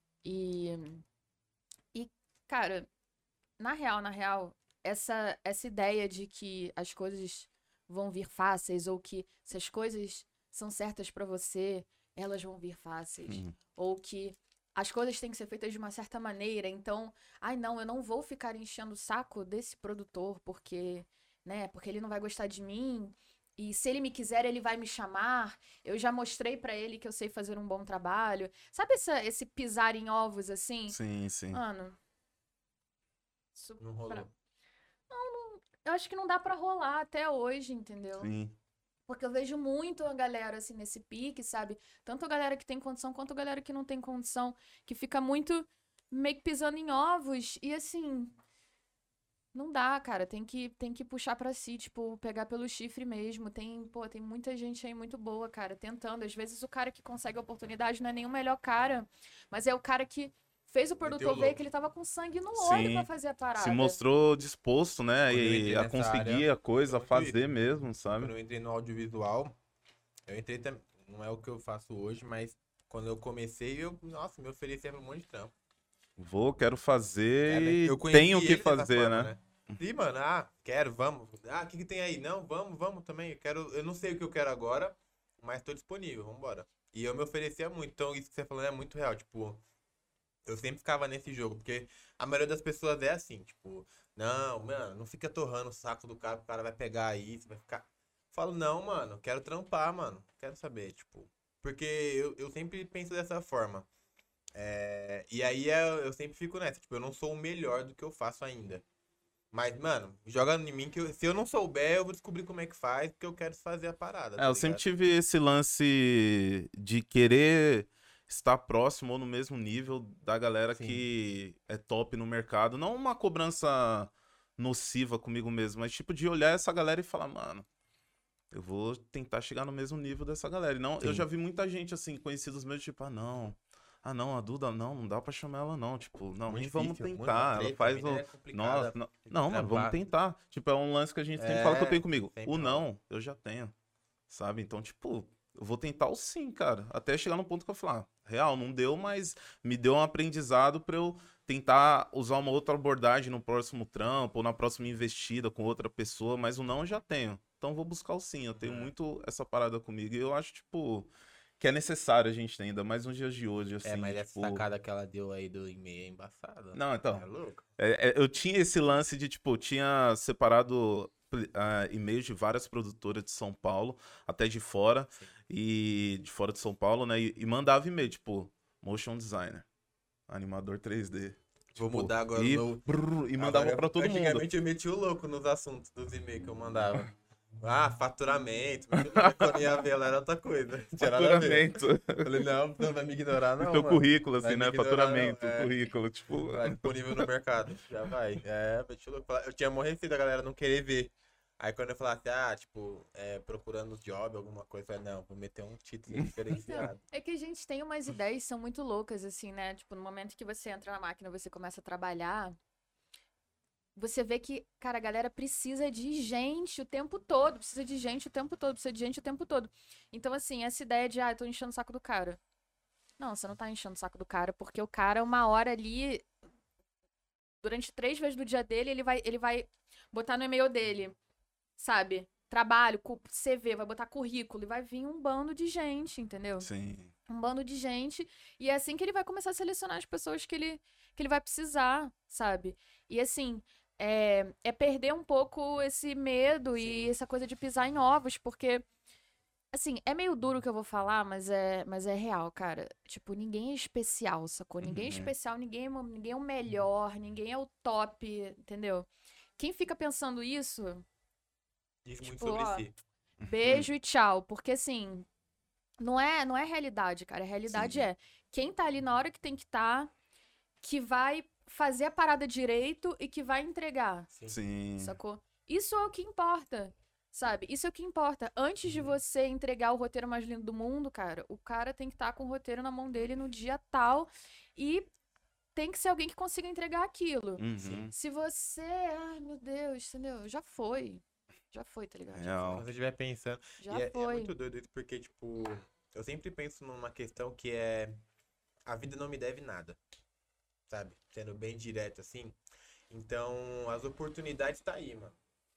E cara, na real, essa ideia de que as coisas vão vir fáceis ou que se as coisas são certas pra você, elas vão vir fáceis. Ou que as coisas têm que ser feitas de uma certa maneira, então, ai não, eu não vou ficar enchendo o saco desse produtor porque, né, porque ele não vai gostar de mim. E se ele me quiser, ele vai me chamar. Eu já mostrei pra ele que eu sei fazer um bom trabalho. Sabe esse pisar em ovos assim? Sim, sim. Mano, isso Não rolou. eu acho que não dá pra rolar até hoje, entendeu? Sim. Porque eu vejo muito a galera, assim, nesse pique, sabe? Tanto a galera que tem condição quanto a galera que não tem condição, que fica muito meio que pisando em ovos. E, assim, não dá, cara. Tem que puxar pra si, tipo, pegar pelo chifre mesmo. Tem muita gente aí muito boa, cara, tentando. Às vezes o cara que consegue a oportunidade não é nem o melhor cara, mas é o cara que fez o Meteu produtor ver louco. que ele tava com sangue no olho Sim. pra fazer a Se parada. mostrou disposto, né? Quando eu E entrei a nessa conseguir área, a coisa, a muito fazer isso. mesmo, sabe? Quando eu entrei no audiovisual, eu entrei também. Não é o que eu faço hoje, mas quando eu comecei, nossa, me oferecia pra um monte de trampo. Quero fazer e Eu conheci tenho que ele dessa fazer, forma, né? E, mano, quero, vamos. O que tem aí? Não, vamos também. Eu não sei o que eu quero agora, mas tô disponível, vambora. E eu me oferecia muito, então isso que você falou é muito real, tipo, eu sempre ficava nesse jogo, porque a maioria das pessoas é assim, tipo, não, mano, não fica torrando o saco do cara, o cara vai pegar aí, você vai ficar. Falo, não, mano, quero trampar, mano, quero saber, tipo, porque eu sempre penso dessa forma. E aí eu sempre fico nessa, tipo, eu não sou o melhor do que eu faço ainda. Mas, mano, joga em mim que se eu não souber, eu vou descobrir como é que faz, porque eu quero fazer a parada, É, tá eu sempre ligado? tive esse lance de querer estar próximo ou no mesmo nível da galera Sim. que é top no mercado. Não uma cobrança nociva comigo mesmo, mas tipo de olhar essa galera e falar, mano, eu vou tentar chegar no mesmo nível dessa galera. E não, eu Sim. já vi muita gente assim, conhecidos meus, tipo, ah não, a Duda não dá pra chamar ela não, tipo, não, nem Muito vamos difícil, muita tentar, ela treta, a faz vida o, é complicada. nossa, não, Tem que não, mano, vamos trampar. tentar. Tipo, é um lance que a gente sempre fala que eu tenho comigo. O Sempre rola. não, eu já tenho, sabe? Então, tipo, eu vou tentar o sim, cara, até chegar no ponto que eu falar, real, não deu, mas me deu um aprendizado pra eu tentar usar uma outra abordagem no próximo trampo ou na próxima investida com outra pessoa, mas o não eu já tenho. Então vou buscar o sim, eu tenho muito essa parada comigo e eu acho, tipo, que é necessário a gente ter, ainda mais nos dias de hoje, assim, Mas essa tipo... sacada que ela deu aí do e-mail é embaçada. Não, então, É louco. eu tinha esse lance de, tipo, eu tinha separado e-mails de várias produtoras de São Paulo, até de fora, Sim. e de fora de São Paulo, né, e mandava e-mail, tipo, motion designer, animador 3D. Vou Tipo, mudar agora e, no. e mandava Agora, pra todo mundo. antigamente eu meti o louco nos assuntos dos e-mails que eu mandava. Faturamento. Meti o louco, quando ia ver lá era outra coisa. Não tinha nada a ver. Faturamento. Falei, não, não vai me ignorar, O não, teu mano. currículo, Vai assim, me né? ignorar, não. Faturamento, currículo, tipo... Tá disponível no mercado. Já vai. Meti o louco. Eu tinha morrecido a galera não querer ver. Aí quando eu falasse, tipo, procurando job, alguma coisa, eu falei, não, vou meter um título Então, diferenciado. é que a gente tem umas ideias que são muito loucas, assim, né? Tipo, no momento que você entra na máquina, você começa a trabalhar, você vê que, cara, a galera precisa de gente o tempo todo, precisa de gente o tempo todo, precisa de gente o tempo todo. Então, assim, essa ideia de, eu tô enchendo o saco do cara. Não, você não tá enchendo o saco do cara, porque o cara, uma hora ali, durante 3 vezes do dia dele, ele vai botar no e-mail dele, sabe? Trabalho, CV, vai botar currículo, e vai vir um bando de gente, entendeu? Sim. Um bando de gente, e é assim que ele vai começar a selecionar as pessoas que ele vai precisar, sabe? E assim, é perder um pouco esse medo e essa coisa de pisar em ovos, porque, assim, é meio duro o que eu vou falar, mas é real, cara. Tipo, ninguém é especial, sacou? Ninguém é especial, ninguém é o melhor, ninguém é o top, entendeu? Quem fica pensando isso, Diz muito tipo, sobre ó, si. beijo e tchau, porque assim, não é realidade, cara. A realidade Sim. é quem tá ali na hora que tem que estar, que vai fazer a parada direito e que vai entregar, Sim. sacou? Isso é o que importa, sabe? Isso é o que importa. Antes de você entregar o roteiro mais lindo do mundo, cara, o cara tem que estar com o roteiro na mão dele no dia tal e tem que ser alguém que consiga entregar aquilo. Uhum. Se você, ai meu Deus, entendeu? Já foi, tá ligado? Real. Quando você estiver pensando. Já É foi. muito doido isso, porque, tipo, eu sempre penso numa questão que a vida não me deve nada, sabe? Sendo bem direto assim. Então, as oportunidades tá aí, mano.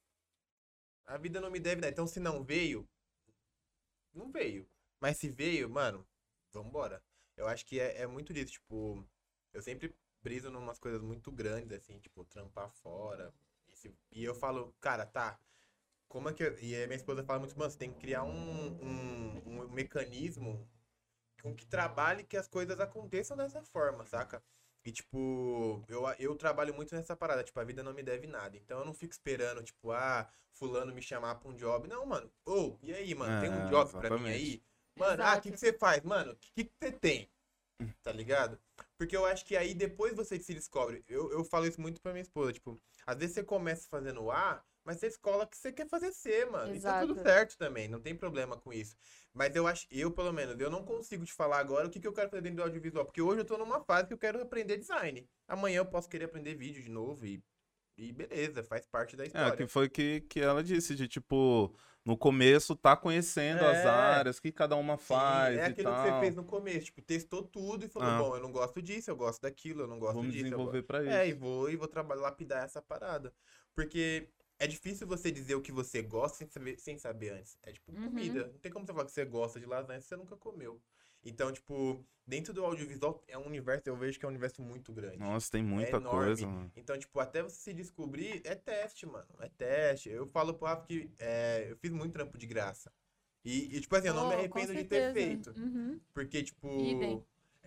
A vida não me deve nada. Então, se não veio, não veio. Mas se veio, mano, vambora. Eu acho que é muito disso, tipo, eu sempre briso numas coisas muito grandes, assim, tipo, trampar fora. E eu falo, cara, tá. Como é que. E a minha esposa fala muito, mano, você tem que criar um mecanismo com que trabalhe que as coisas aconteçam dessa forma, saca? E, tipo, eu trabalho muito nessa parada, tipo, a vida não me deve nada. Então eu não fico esperando, tipo, fulano me chamar pra um job. Não, mano. Ô, e aí, mano, tem um job pra mim Exatamente. aí? Mano, o que Exato. que você faz? Mano, o que que você tem? Tá ligado? Porque eu acho que aí depois você se descobre. Eu falo isso muito pra minha esposa, tipo, às vezes você começa fazendo A, mas você escola o que você quer fazer C, mano. E tá tudo Exato. certo também, não tem problema com isso. Mas eu acho, eu pelo menos, eu não consigo te falar agora o que que eu quero fazer dentro do audiovisual, porque hoje eu tô numa fase que eu quero aprender design. Amanhã eu posso querer aprender vídeo de novo e beleza, faz parte da É, que história. foi que ela disse, de tipo, no começo tá conhecendo as É, áreas, que cada uma sim, é faz e aquilo que você fez tal. no começo, tipo, testou tudo e falou, Ah, bom, eu não gosto disso, eu gosto daquilo, eu não vou gosto me disso, eu gosto. desenvolver pra É, isso. e vou trabalhar, lapidar essa parada. Porque é difícil você dizer o que você gosta sem saber antes. É tipo Uhum. comida. Não tem como você falar que você gosta de lasanha se você nunca comeu. Então, tipo, dentro do audiovisual é um universo, eu vejo que é um universo muito grande. Nossa, tem É muita coisa, enorme. mano. Então, tipo, até você se descobrir, é teste, mano. É teste. Eu falo pro Rafa que eu fiz muito trampo de graça. Tipo assim, eu não me Pô, com arrependo de ter certeza. feito. Uhum. Porque, Idem. tipo,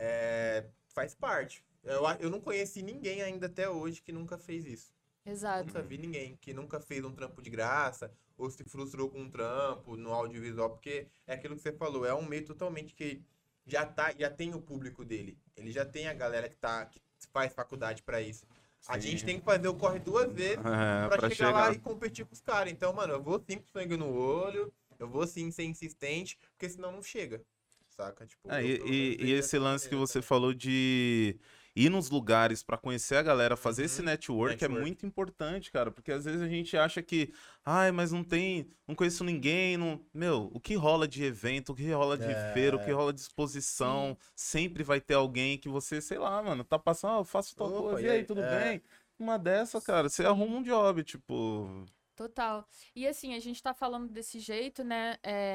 faz parte. Eu não conheci ninguém ainda até hoje que nunca fez isso. Exato. Nunca vi ninguém que nunca fez um trampo de graça ou se frustrou com um trampo no audiovisual, porque é aquilo que você falou, é um meio totalmente que já tem o público dele. Ele já tem a galera que faz faculdade pra isso. A gente Sim. tem que fazer o corre duas vezes É, pra pra chegar lá chegar. e competir com os caras. Então, mano, eu vou sim com sangue no olho, eu vou sim ser insistente, porque senão não chega. Saca? Tipo, É, eu pelo menos e vejo esse dessa lance que maneira você também. falou de ir nos lugares pra conhecer a galera, fazer esse Uhum. network é Network. muito importante, cara, porque às vezes a gente acha que, ai, mas não conheço ninguém, não... Meu, o que rola de evento, o que rola de feira, o que É... rola de exposição, Sim. sempre vai ter alguém que você, sei lá, mano, tá passando, eu faço tal Opa, coisa, e e aí, aí? tudo bem? Uma dessa, cara, você arruma Sim. um job, tipo, Total. E assim, a gente tá falando desse jeito, né?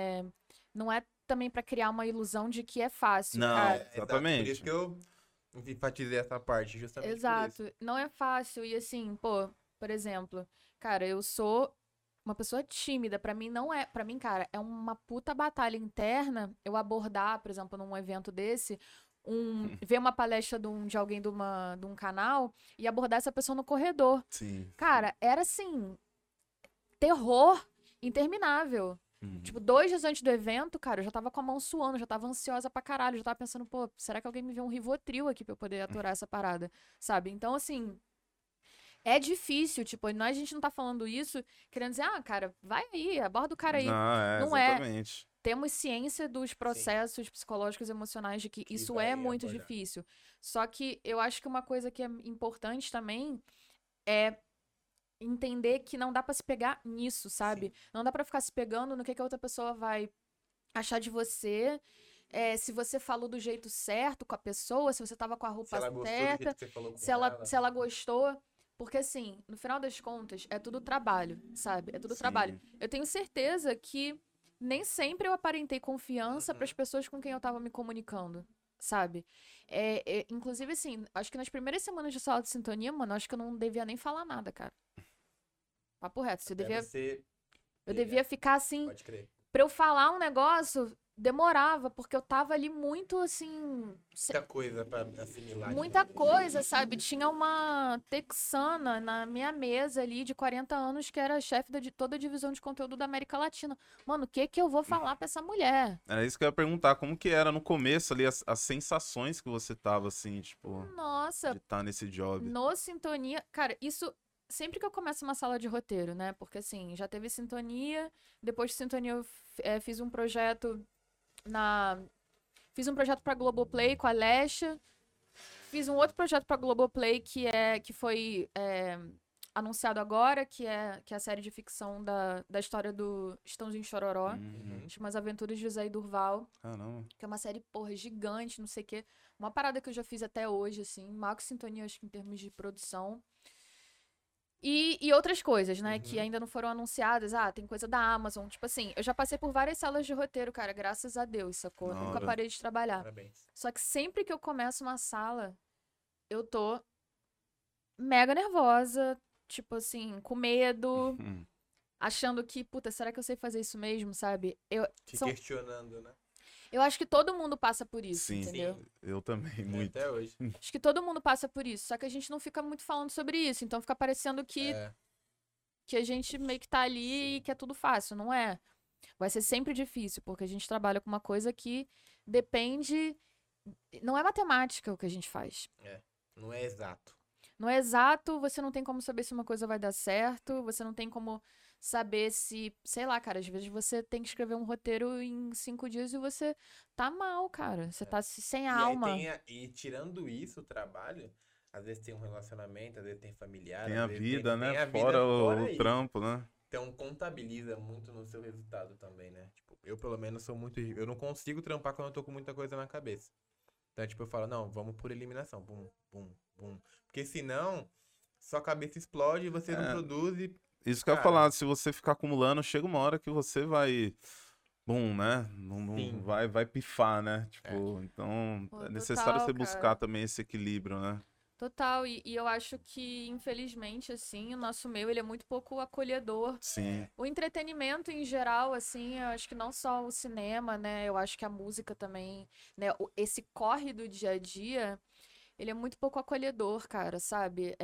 Não é também pra criar uma ilusão de que é fácil, não, cara. Exato. Por isso exatamente. que eu enfatizei essa parte, justamente por isso. Exato. Não é fácil. E assim, pô, por exemplo, cara, eu sou uma pessoa tímida. Pra mim não é, para mim, cara, é uma puta batalha interna eu abordar, por exemplo, num evento desse, ver uma palestra de alguém de um canal e abordar essa pessoa no corredor. Sim. Cara, era assim, terror interminável. Uhum. Tipo, 2 dias antes do evento, cara, eu já tava com a mão suando, já tava ansiosa pra caralho, já tava pensando, pô, será que alguém me vê um Rivotril aqui pra eu poder aturar essa parada, sabe? Então, assim, é difícil, tipo, a gente não tá falando isso querendo dizer, cara, vai aí, aborda o cara aí. Não, Não é. exatamente. Temos ciência dos Sim, processos psicológicos e emocionais de que que isso é vai muito abordar. difícil. Só que eu acho que uma coisa que é importante também é entender que não dá pra se pegar nisso, Sim. sabe? Não dá pra ficar se pegando no que a outra pessoa vai achar de você. Se você falou do jeito certo com a pessoa, se você tava com a Se roupa ela gostou do jeito certa, que você falou se com ela, ela. se ela gostou. Porque, assim, no final das contas, é tudo trabalho, sabe? É tudo trabalho. Sim. Eu tenho certeza que nem sempre eu aparentei confiança para as Uhum. pessoas com quem eu tava me comunicando, sabe? Inclusive, assim, acho que nas primeiras semanas de sala de sintonia, mano, acho que eu não devia nem falar nada, cara. Papo reto. Até você Eu pegar. devia ficar assim. Pode crer. Pra eu falar um negócio, demorava, porque eu tava ali muito assim. Muita coisa pra assimilar de Muita novo. coisa, sabe? Tinha uma texana na minha mesa ali de 40 anos que era chefe de toda a divisão de conteúdo da América Latina. Mano, o que que eu vou falar pra essa mulher? Era isso que eu ia perguntar, como que era no começo ali, as sensações que você tava, assim, tipo, de Nossa, estar nesse job. no Sintonia. Cara, isso. Sempre que eu começo uma sala de roteiro, né? Porque assim, já teve Sintonia, depois de Sintonia eu fiz um projeto na. Fiz um projeto pra Globoplay com a Lesha. Fiz um outro projeto pra Globoplay que foi anunciado agora, que é a série de ficção da história do Estãozinho Chororó. Uhum. Uhum. Chama As Aventuras de José e Durval. Caramba. Que é uma série, porra, gigante, não sei o quê. Uma parada que eu já fiz até hoje, assim. Marco Sintonia, acho que em termos de produção. E outras coisas, né? Que Uhum. ainda não foram anunciadas. Tem coisa da Amazon. Tipo assim, eu já passei por várias salas de roteiro, cara. Graças a Deus, sacou? Da Nunca hora. parei de trabalhar. Parabéns. Só que sempre que eu começo uma sala, eu tô mega nervosa, tipo assim, com medo, achando que, puta, será que eu sei fazer isso mesmo, sabe? Te questionando, né? Eu acho que todo mundo passa por isso, Sim, entendeu? eu também, muito. Até hoje. Acho que todo mundo passa por isso, só que a gente não fica muito falando sobre isso, então fica parecendo É, que a gente meio que tá ali e que é tudo fácil, não é? Vai ser sempre difícil, porque a gente trabalha com uma coisa que depende. Não é matemática o que a gente faz. não é exato. Não é exato, você não tem como saber se uma coisa vai dar certo, você não tem como saber se, sei lá, cara, às vezes você tem que escrever um roteiro em 5 dias e você tá mal, cara. Você tá sem E alma. aí e tirando isso, o trabalho, às vezes tem um relacionamento, às vezes tem familiar, Tem às a vezes vida, né? tem a vida Fora fora o isso. trampo, né? Então contabiliza muito no seu resultado também, né? Tipo, eu pelo menos sou muito. Eu não consigo trampar quando eu tô com muita coisa na cabeça. Então, tipo, eu falo, não, vamos por eliminação. Bum, bum, bum. Porque senão, sua cabeça explode e você não É. produz e. Isso que eu ia Cara, falar, se você ficar acumulando, chega uma hora que você vai. Bum, né? Sim. Vai pifar, né? Tipo, então Pô, é necessário total, você cara. buscar também esse equilíbrio, né? Total, e eu acho que, infelizmente, assim, o nosso meio, ele é muito pouco acolhedor. Sim. O entretenimento em geral, assim, eu acho que não só o cinema, né? Eu acho que a música também, né? Esse corre do dia a dia, ele é muito pouco acolhedor, cara, sabe?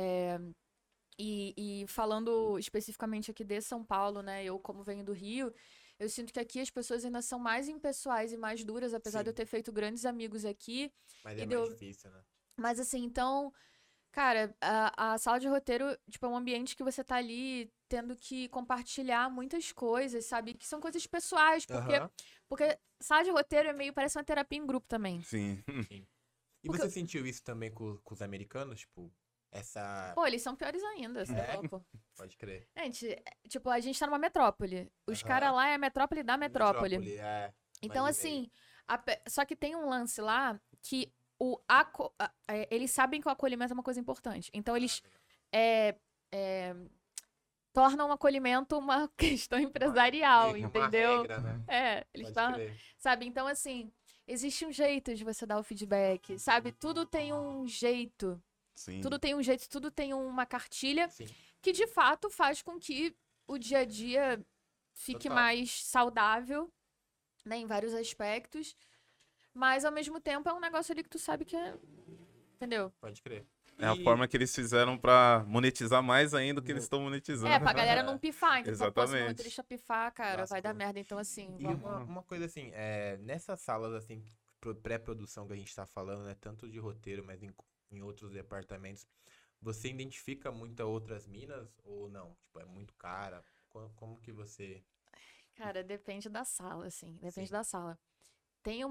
E falando especificamente aqui de São Paulo, né? Eu, como venho do Rio, eu sinto que aqui as pessoas ainda são mais impessoais e mais duras, apesar de eu Sim. ter feito grandes amigos aqui. Mas E é de mais eu- difícil, né? Mas assim, então, cara, a sala de roteiro, tipo, é um ambiente que você tá ali tendo que compartilhar muitas coisas, sabe? Que são coisas pessoais, Aham. porque sala de roteiro é meio, parece uma terapia em grupo também. Sim. Sim. E Porque- você sentiu isso também com os americanos? Tipo, essa. Pô, eles são piores ainda, você é É? louco. Pode crer. Gente, tipo, a gente tá numa metrópole. Os Aham. caras lá é a metrópole da metrópole. É. Então, Imaginei. assim, só que tem um lance lá que eles sabem que o acolhimento é uma coisa importante. Então, eles é, é, tornam o acolhimento uma questão empresarial, Meio que uma entendeu? regra, né? Eles Pode estão, crer. sabe? Então, assim, existe um jeito de você dar o feedback, sabe? Tudo tem um jeito. Sim. Tudo tem um jeito, tudo tem uma cartilha Sim. que de fato faz com que o dia a dia fique Total. mais saudável, né, em vários aspectos, mas ao mesmo tempo é um negócio ali que tu sabe que é, entendeu? Pode crer. É a E- forma que eles fizeram pra monetizar mais ainda do que eles estão monetizando. É, pra galera não pifar, então, pô, se o Exatamente. roteirista pifar, cara, vai dar Lascou. merda, então assim, E vamos... uma coisa assim, nessas salas assim, pré-produção que a gente tá falando, né? Tanto de roteiro, mas em outros departamentos, você identifica muita outras minas ou não? Tipo, é muito cara? Como que você. Cara, depende da sala, assim, depende Sim. da sala. Tem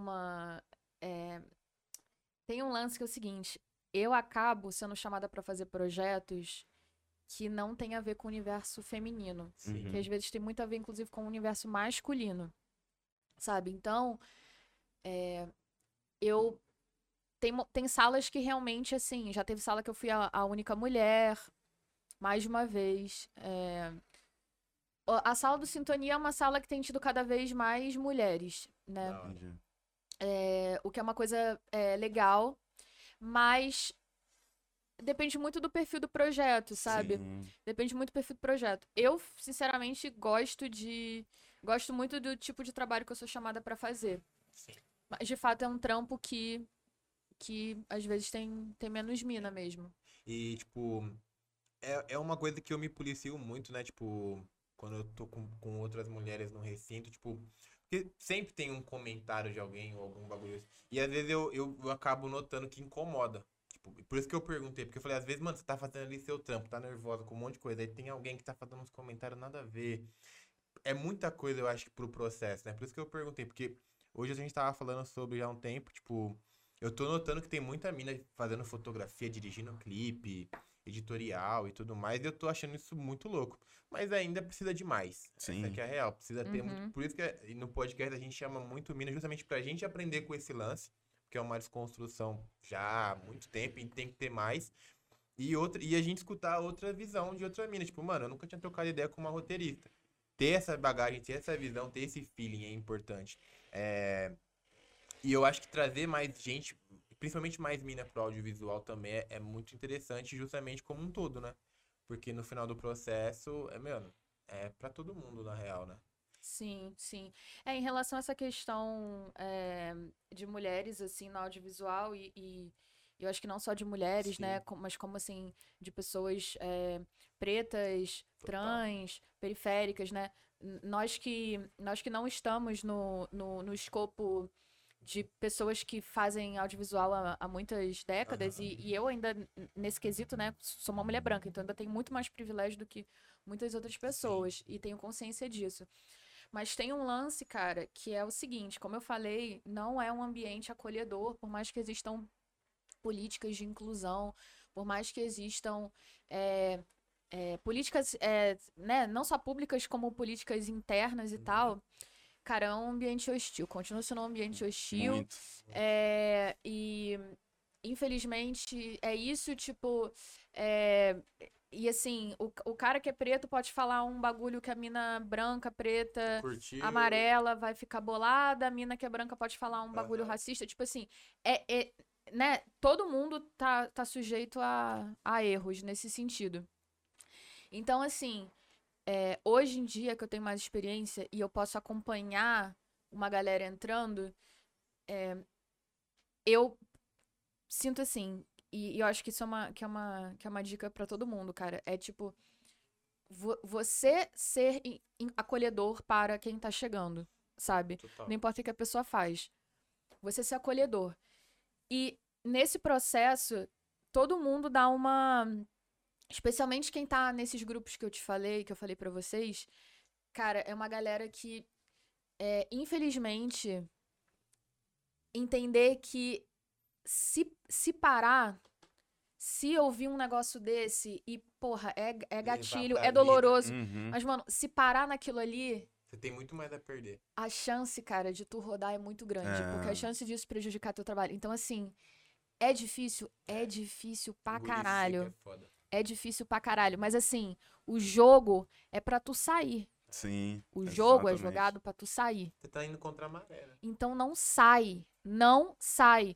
tem um lance que é o seguinte, eu acabo sendo chamada pra fazer projetos que não tem a ver com o universo feminino. Sim. Uhum. Que às vezes tem muito a ver, inclusive, com o universo masculino. Sabe? Então, eu. Tem salas que realmente, assim, já teve sala que eu fui a única mulher, mais de uma vez. A sala do Sintonia é uma sala que tem tido cada vez mais mulheres, né? Da hora. Entendi. O que é uma coisa legal, mas depende muito do perfil do projeto, sabe? Sim. Depende muito do perfil do projeto. Eu, sinceramente, gosto muito do tipo de trabalho que eu sou chamada pra fazer. Sim. Mas, de fato, é um trampo que às vezes tem menos mina mesmo. E, tipo, é uma coisa que eu me policio muito, né? Tipo, quando eu tô com outras mulheres no recinto, tipo, porque sempre tem um comentário de alguém ou algum bagulho. E às vezes eu acabo notando que incomoda. Tipo, por isso que eu perguntei, porque eu falei, às vezes, mano, você tá fazendo ali seu trampo, tá nervosa com um monte de coisa, aí tem alguém que tá fazendo uns comentários nada a ver. É muita coisa, eu acho, que pro processo, né? Por isso que eu perguntei, porque hoje a gente tava falando sobre já há um tempo, tipo, eu tô notando que tem muita mina fazendo fotografia, dirigindo clipe, editorial e tudo mais, e eu tô achando isso muito louco. Mas ainda precisa de mais. Sim. Essa que é a real, precisa ter Uhum. muito. Por isso que no podcast a gente chama muito mina, justamente pra gente aprender com esse lance, que é uma desconstrução já há muito tempo e tem que ter mais. E a gente escutar outra visão de outra mina. Tipo, mano, eu nunca tinha trocado ideia com uma roteirista. Ter essa bagagem, ter essa visão, ter esse feeling é importante. E eu acho que trazer mais gente, principalmente mais mina pro audiovisual também é muito interessante, justamente como um todo, né? Porque no final do processo, mano, é pra todo mundo, na real, né? Sim, sim. Em relação a essa questão de mulheres, assim, no audiovisual, e eu acho que não só de mulheres, né, Sim. mas como, assim, de pessoas pretas, Total. trans, periféricas, né, nós que não estamos no escopo de pessoas que fazem audiovisual há muitas décadas, Aham. e eu ainda, nesse quesito, né, sou uma mulher branca, então ainda tenho muito mais privilégio do que muitas outras Sim. pessoas, e tenho consciência disso. Mas tem um lance, cara, que é o seguinte, como eu falei, não é um ambiente acolhedor, por mais que existam políticas de inclusão, por mais que existam políticas, né, não só públicas, como políticas internas e Uhum. tal, cara, é um ambiente hostil, continua sendo um ambiente hostil, Muito. e infelizmente é isso, tipo, é, e assim, o cara que é preto pode falar um bagulho que a mina branca, preta, Curtiu. amarela vai ficar bolada, a mina que é branca pode falar um bagulho Aham. racista, tipo assim, né, todo mundo tá sujeito a erros nesse sentido. Então, assim, hoje em dia que eu tenho mais experiência e eu posso acompanhar uma galera entrando, eu sinto assim, e eu acho que isso é uma dica pra todo mundo, cara. É tipo, você ser acolhedor para quem tá chegando, sabe? Total. Não importa o que a pessoa faz. Você ser acolhedor. E nesse processo, todo mundo dá uma. Especialmente quem tá nesses grupos que eu te falei, que eu falei pra vocês, cara, é uma galera que, infelizmente, entender que se parar, se ouvir um negócio desse e, porra, é Levar gatilho, pra é vida. doloroso. Uhum. Mas, mano, se parar naquilo ali, Você tem muito mais a perder. a chance, cara, de tu rodar é muito grande. Porque a É, chance disso prejudicar teu trabalho. Então, assim, é difícil pra Engolir seco é caralho. foda. É difícil pra caralho. Mas, assim, o jogo é pra tu sair. sim, O jogo é exatamente. jogado pra tu sair. Você tá indo contra a maré, né? Então, não sai. Não sai.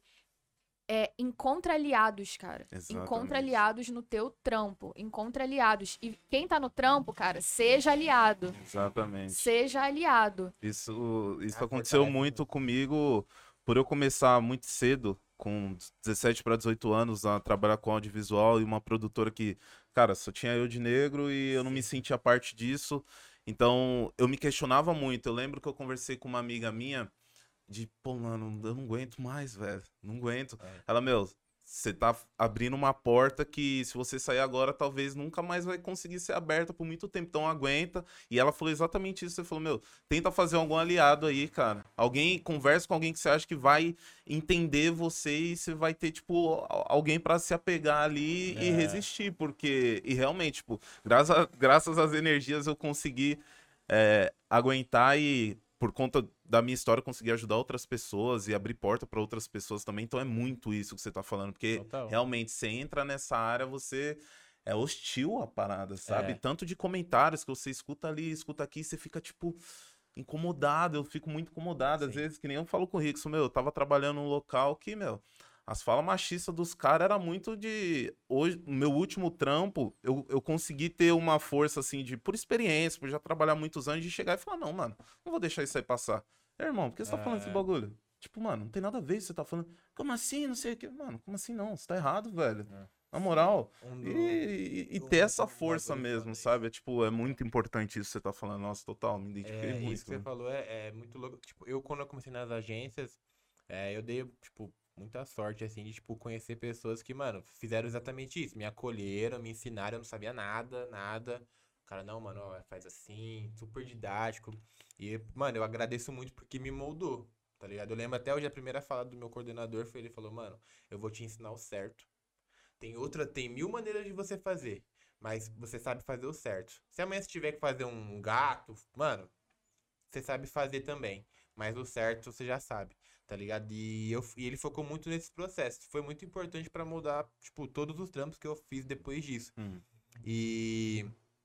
Encontra aliados, cara. Encontra Exatamente. aliados no teu trampo. Encontra aliados. E quem tá no trampo, cara, seja aliado. Exatamente. Seja aliado. Isso Ah, aconteceu fortalece muito muito. comigo por eu começar muito cedo, com 17 para 18 anos, a trabalhar com audiovisual e uma produtora que, cara, só tinha eu de negro e eu não me Sim. sentia parte disso. Então, eu me questionava muito. Eu lembro que eu conversei com uma amiga minha de, pô, mano, eu não aguento mais, velho. Não aguento. É. Ela, meu, você tá abrindo uma porta que, se você sair agora, talvez nunca mais vai conseguir ser aberta por muito tempo. Então aguenta. E ela falou exatamente isso. Você falou, meu, tenta fazer algum aliado aí, cara. Alguém, conversa com alguém que você acha que vai entender você e você vai ter, tipo, alguém pra se apegar ali e É. resistir. Porque, e realmente, tipo, graças às energias eu consegui aguentar e por conta da minha história conseguir ajudar outras pessoas e abrir porta para outras pessoas também. Então é muito isso que você tá falando, porque Total. realmente você entra nessa área, você é hostil à parada, sabe? É. Tanto de comentários que você escuta ali, escuta aqui, você fica tipo incomodado, eu fico muito incomodado às Sim. vezes, que nem eu falo com o Rickson, meu, eu tava trabalhando num local que, meu, as falas machistas dos caras era muito de. Hoje, no meu último trampo, eu consegui ter uma força assim de, por experiência, por já trabalhar muitos anos, de chegar e falar, não, mano, não vou deixar isso aí passar. Irmão, por que você tá falando esse É. bagulho? Tipo, mano, não tem nada a ver isso que você tá falando. Como assim? Não sei o que. Mano, como assim não? Você tá errado, velho. É. Na moral. Um do. E ter Um essa força bagulho mesmo, foda isso. sabe? É, tipo, é muito importante isso que você tá falando. Nossa, total, me identifiquei É, isso que muito, você né? falou é muito louco. Tipo, eu quando eu comecei nas agências, eu dei, tipo, muita sorte, assim, de, tipo, conhecer pessoas que, mano, fizeram exatamente isso. Me acolheram, me ensinaram, eu não sabia nada, nada. O cara, não, mano, ó, faz assim, super didático. E, mano, eu agradeço muito porque me moldou, tá ligado? Eu lembro até hoje a primeira fala do meu coordenador foi, ele falou, mano, eu vou te ensinar o certo. Tem mil maneiras de você fazer, mas você sabe fazer o certo. Se amanhã você tiver que fazer um gato, mano, você sabe fazer também. Mas o certo você já sabe, tá ligado? E ele focou muito nesse processo. Foi muito importante pra mudar, tipo, todos os trampos que eu fiz depois disso. Hum, E,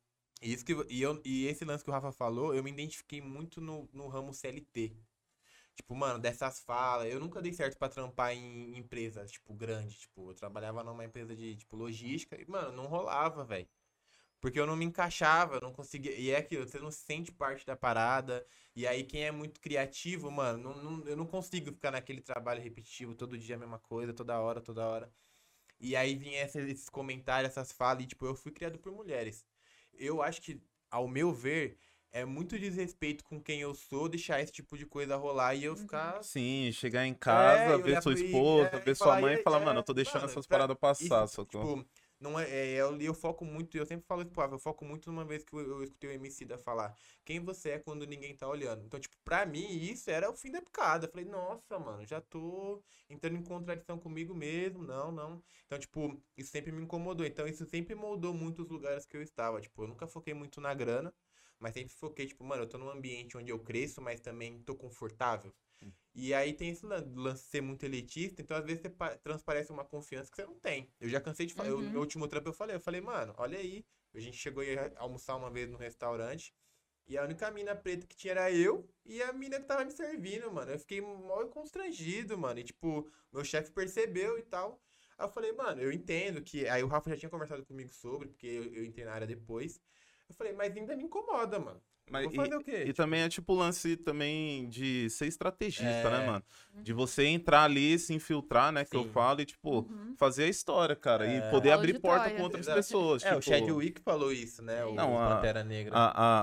e esse lance que o Rafa falou, eu me identifiquei muito no ramo CLT. Tipo, mano, dessas falas, eu nunca dei certo pra trampar em empresa, tipo, grande. Tipo, eu trabalhava numa empresa de, tipo, logística e, mano, não rolava, velho. Porque eu não me encaixava, eu não conseguia. E é aquilo, você não se sente parte da parada. E aí, quem é muito criativo, mano, eu não consigo ficar naquele trabalho repetitivo, todo dia a mesma coisa, toda hora, toda hora. E aí vinha esses comentários, essas falas, e tipo, eu fui criado por mulheres. Eu acho que, ao meu ver, é muito desrespeito com quem eu sou deixar esse tipo de coisa rolar e eu ficar. Sim, chegar em É, casa, e ver olhar sua pro. esposa, ver E sua falar, mãe e falar, mano, eu tô deixando mano, essas paradas passar, isso, sacou? tipo, não eu foco muito, eu sempre falo isso pro Rafa, eu foco muito numa vez que eu escutei o Emicida falar quem você é quando ninguém tá olhando. Então, tipo, pra mim, isso era o fim da picada. Eu falei, nossa, mano, já tô entrando em contradição comigo mesmo, não, não. Então, tipo, isso sempre me incomodou. Então, isso sempre moldou muito os lugares que eu estava. Tipo, eu nunca foquei muito na grana, mas sempre foquei, tipo, mano, eu tô num ambiente onde eu cresço, mas também tô confortável. E aí tem esse lance de ser muito elitista, então às vezes você transparece uma confiança que você não tem. Eu já cansei de falar, no meu último trampo eu falei, mano, olha aí, a gente chegou a ir almoçar uma vez no restaurante, e a única mina preta que tinha era eu e a mina que tava me servindo, mano. Eu fiquei mal constrangido, mano, e tipo, meu chefe percebeu e tal. Aí eu falei, mano, eu entendo que. Aí o Rafa já tinha conversado comigo sobre, porque eu entrei na área depois. Eu falei, mas ainda me incomoda, mano. Eu Mas, vou fazer o quê? e Tipo, também é tipo o lance também de ser estrategista, né, é. mano? De você entrar ali, se infiltrar, né, que eu Sim. falo, e, tipo, Uhum. fazer a história, cara, e poder Cavalo abrir de porta com Troia. outras Exato. pessoas, É, o tipo... Chadwick falou isso, né? É O Não, isso. Pantera Negra.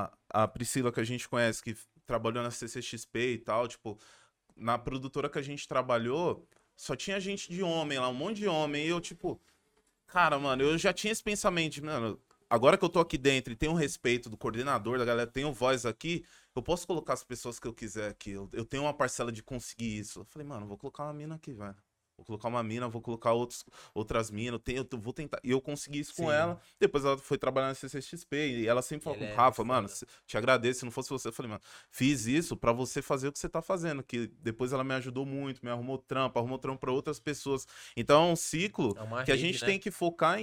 a Priscila que a gente conhece, que trabalhou na CCXP e tal, tipo, na produtora que a gente trabalhou, só tinha gente de homem lá, um monte de homem, e eu, tipo, cara, mano, eu já tinha esse pensamento, de, mano, agora que eu tô aqui dentro e tenho o respeito do coordenador, da galera, tenho voz aqui, eu posso colocar as pessoas que eu quiser aqui, eu tenho uma parcela de conseguir isso. Eu falei, mano, vou colocar uma mina aqui, velho. Vou colocar uma mina, vou colocar outras minas, eu vou tentar. E eu consegui isso com Sim. ela. Depois ela foi trabalhar na CCXP e ela sempre E falou ele com o é muito Rafa, mano, foda. te agradeço, se não fosse você. Eu falei, mano, fiz isso pra você fazer o que você tá fazendo. Que depois ela me ajudou muito, me arrumou trampo pra outras pessoas. Então é um ciclo É uma que a rede, gente né? tem que focar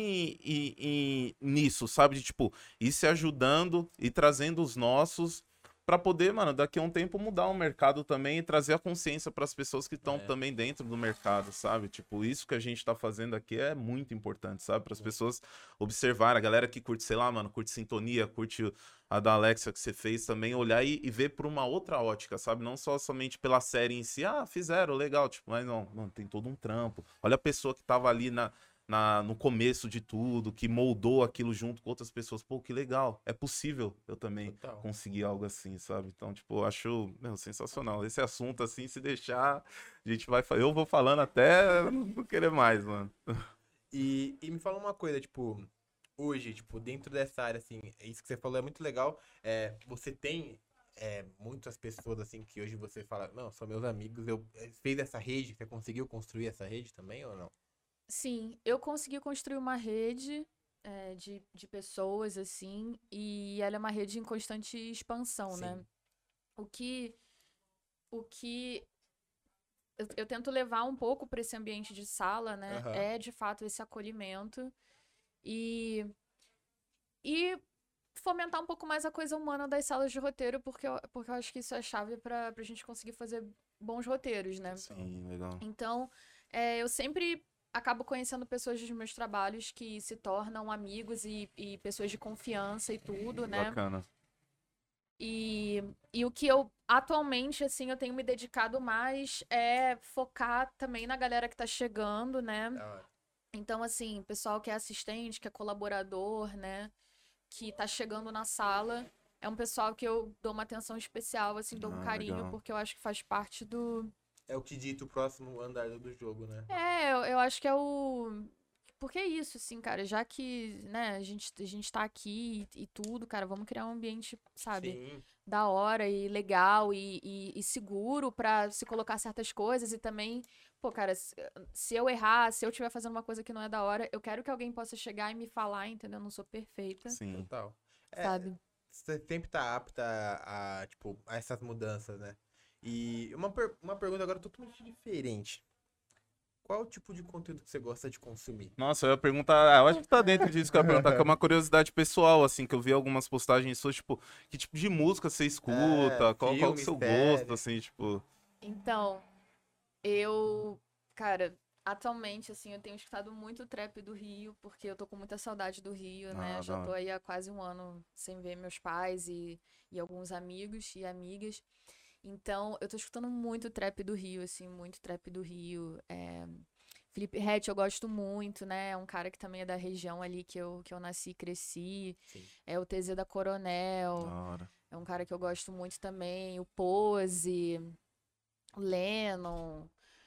nisso, sabe? De tipo, ir se ajudando e trazendo os nossos pra poder, mano, daqui a um tempo mudar o mercado também e trazer a consciência pras pessoas que estão É. também dentro do mercado, sabe? Tipo, isso que a gente tá fazendo aqui é muito importante, sabe? Para as pessoas observarem, a galera que curte, sei lá, mano, curte Sintonia, curte a da Alexia que você fez também, olhar e ver por uma outra ótica, sabe? Não só somente pela série em si, ah, fizeram, legal, tipo, mas não, mano, tem todo um trampo. Olha a pessoa que tava ali no começo de tudo, que moldou aquilo junto com outras pessoas. Pô, que legal. É possível eu também Total. conseguir algo assim, sabe? Então, tipo, eu acho, meu, sensacional. Esse assunto, assim, se deixar, a gente vai... Eu vou falando até não querer mais, mano. E me fala uma coisa, tipo, hoje, tipo, dentro dessa área, assim, isso que você falou é muito legal. Você tem muitas pessoas, assim, que hoje você fala, não, são meus amigos, fez essa rede, você conseguiu construir essa rede também ou não? Sim, eu consegui construir uma rede de pessoas, assim, e ela é uma rede em constante expansão, né? Sim. O que, o que eu tento levar um pouco para esse ambiente de sala, né? Aham. É de fato esse acolhimento e, e fomentar um pouco mais a coisa humana das salas de roteiro, porque eu acho que isso é chave pra gente conseguir fazer bons roteiros, né? Sim, legal. Então, eu sempre acabo conhecendo pessoas dos meus trabalhos que se tornam amigos e pessoas de confiança e tudo, né? Bacana. E o que eu atualmente, assim, eu tenho me dedicado mais é focar também na galera que tá chegando, né? Da hora. Então, assim, pessoal que é assistente, que é colaborador, né? Que tá chegando na sala. É um pessoal que eu dou uma atenção especial, assim, dou um Ah, carinho, legal. porque eu acho que faz parte do. É o que dita o próximo andar do jogo, né? Eu acho que é o. Porque é isso, assim, cara, já que, né, a gente tá aqui e tudo, cara, vamos criar um ambiente, sabe, Sim. da hora e legal e seguro pra se colocar certas coisas e também, pô, cara, se eu errar, se eu estiver fazendo uma coisa que não é da hora, eu quero que alguém possa chegar e me falar, entendeu? Eu não sou perfeita, Sim. Total. É, sabe? você sempre tá apta tipo, a essas mudanças, né? E uma pergunta agora totalmente diferente. Qual o tipo de conteúdo que você gosta de consumir? Nossa, eu ia perguntar, eu acho que tá dentro disso que eu ia perguntar, que é uma curiosidade pessoal, assim, que eu vi algumas postagens suas, tipo, que tipo de música você escuta, qual que é o Filme, seu gosto, série. assim, tipo... Então, eu, cara, atualmente, assim, eu tenho escutado muito trap do Rio, porque eu tô com muita saudade do Rio, né? Ah, Já da tô hora. aí há quase um ano sem ver meus pais e alguns amigos e amigas. Então, eu tô escutando muito trap do Rio, assim, muito trap do Rio. Felipe Ret eu gosto muito, né? É um cara que também é da região ali que eu nasci e cresci. Sim. É o TZ da Da Coronel. hora. É um cara que eu gosto muito também. O Pose, o Lennon.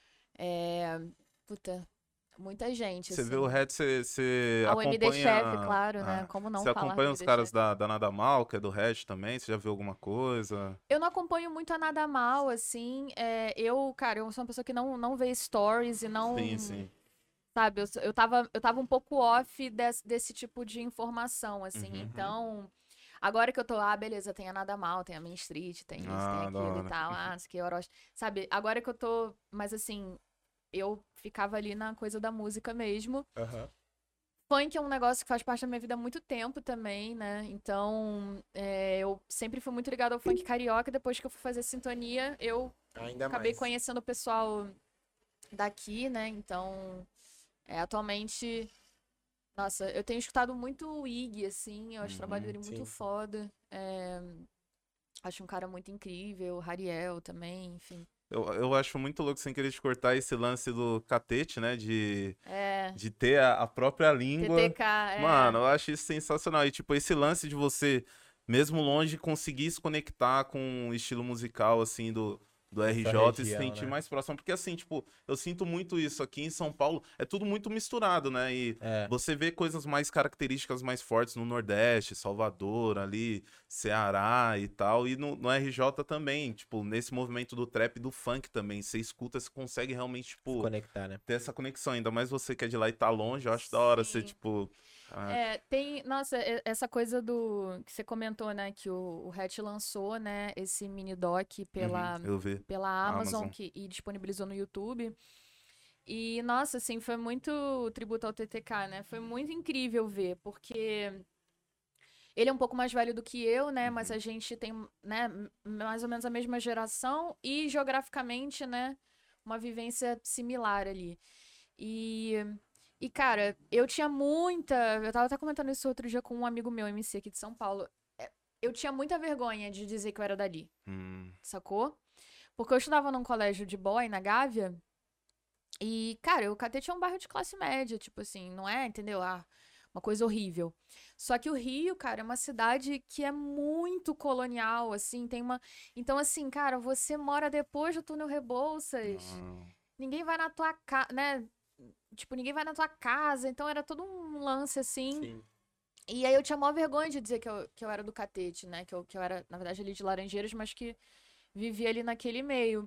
É... Puta, muita gente, Você vê o assim. Red, você Ah, o MD Chef, acompanha. claro, né? Como não Você falar do acompanha os MD caras Chef? da Nada Mal, que é do Red também? Você já viu alguma coisa? Eu não acompanho muito a Nada Mal, assim. Cara, eu sou uma pessoa que não vê stories e Sim, não. sim. Sabe, eu tava um pouco off desse tipo de informação, assim. Uhum. Então, agora que eu tô, beleza, tem a Nada Mal, tem a Main Street, tem isso, tem Ah, da aquilo e hora. tal, não sei o que, Orochi. Sabe, agora que eu tô. Mas assim, eu ficava ali na coisa da música mesmo. Aham. Funk é um negócio que faz parte da minha vida há muito tempo também, né? Então, eu sempre fui muito ligada ao funk carioca. Depois que eu fui fazer sintonia, eu Ainda acabei mais. conhecendo o pessoal daqui, né? Então, atualmente, nossa, eu tenho escutado muito o Iggy, assim. Eu acho o trabalho Uhum. dele muito Sim. foda. Acho um cara muito incrível. Rariel também, enfim. Eu acho muito louco, sem querer te cortar, esse lance do catete, né? É, De ter a própria língua. TTK, Mano, eu acho isso sensacional. E, tipo, esse lance de você, mesmo longe, conseguir se conectar com o estilo musical, assim, do Da sua RJ e se região, sentir né? mais próximo. Porque, assim, tipo, eu sinto muito isso aqui em São Paulo. É tudo muito misturado, né? E É. você vê coisas mais características mais fortes no Nordeste, Salvador, ali, Ceará e tal. E no RJ também, tipo, nesse movimento do trap e do funk também. Você escuta, você consegue realmente, Se tipo, conectar, né? ter essa conexão. Ainda mais você que é de lá e tá longe, eu acho da hora você, sim. tipo. Caraca. Nossa, essa coisa do que você comentou, né, que o Hatch lançou, né, esse mini doc Uhum, pela, eu vi. pela A Amazon Amazon. e disponibilizou no YouTube. E, nossa, assim, foi muito tributo ao TTK, né? Foi muito incrível ver, porque ele é um pouco mais velho do que eu, né, mas Uhum. a gente tem, né, mais ou menos a mesma geração e geograficamente, né, uma vivência similar ali. E, cara, eu tinha muita. Eu tava até comentando isso outro dia com um amigo meu, MC aqui de São Paulo. Eu tinha muita vergonha de dizer que eu era dali, Hum, sacou? Porque eu estudava num colégio de boy, na Gávea, e, cara, o Catete é um bairro de classe média, tipo assim, não é, entendeu? Uma coisa horrível. Só que o Rio, cara, é uma cidade que é muito colonial, assim, tem uma. Então, assim, cara, você mora depois do túnel Rebouças. não. Ninguém vai na tua casa, né? Tipo, ninguém vai na tua casa. Então era todo um lance assim. Sim. E aí eu tinha maior vergonha de dizer que eu era do Catete, né? Que eu era, na verdade, ali de Laranjeiras, mas que vivia ali naquele meio.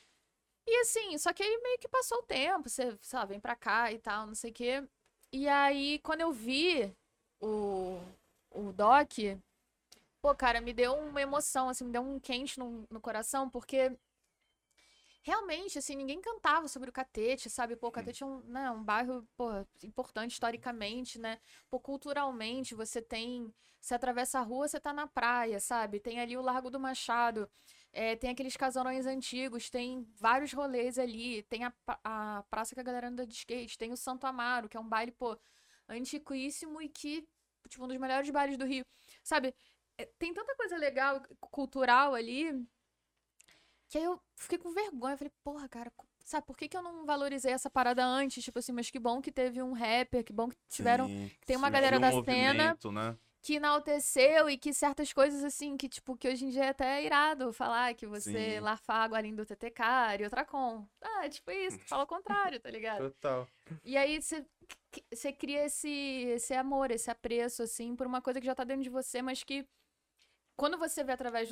E assim, só que aí meio que passou o tempo, você, sei lá, vem pra cá e tal, não sei o quê. E aí, quando eu vi o, o Doc, pô, cara, me deu uma emoção, assim, me deu um quente no coração, porque realmente, assim, ninguém cantava sobre o Catete, sabe? Pô, o Hum. Catete é um bairro, pô, importante historicamente, né? Pô, culturalmente, você tem. Você atravessa a rua, você tá na praia, sabe? Tem ali o Largo do Machado, tem aqueles casarões antigos, tem vários rolês ali, tem a praça que a galera anda de skate, tem o Santo Amaro, que é um baile, pô, antiquíssimo e que, tipo, um dos melhores bailes do Rio. Sabe? Tem tanta coisa legal, cultural ali. Que aí eu fiquei com vergonha. Eu falei, porra, cara, sabe, por que que eu não valorizei essa parada antes? Tipo assim, mas que bom que teve um rapper, que bom que tiveram. Sim, Que tem uma galera surgiu um da cena movimento, né? que enalteceu e que certas coisas, assim, que, tipo, que hoje em dia é até irado falar que você Sim. larfa água além do TTK e outra com. Ah, tipo isso, fala o contrário, tá ligado? Total. E aí você cria esse amor, esse apreço, assim, por uma coisa que já tá dentro de você, mas que quando você vê através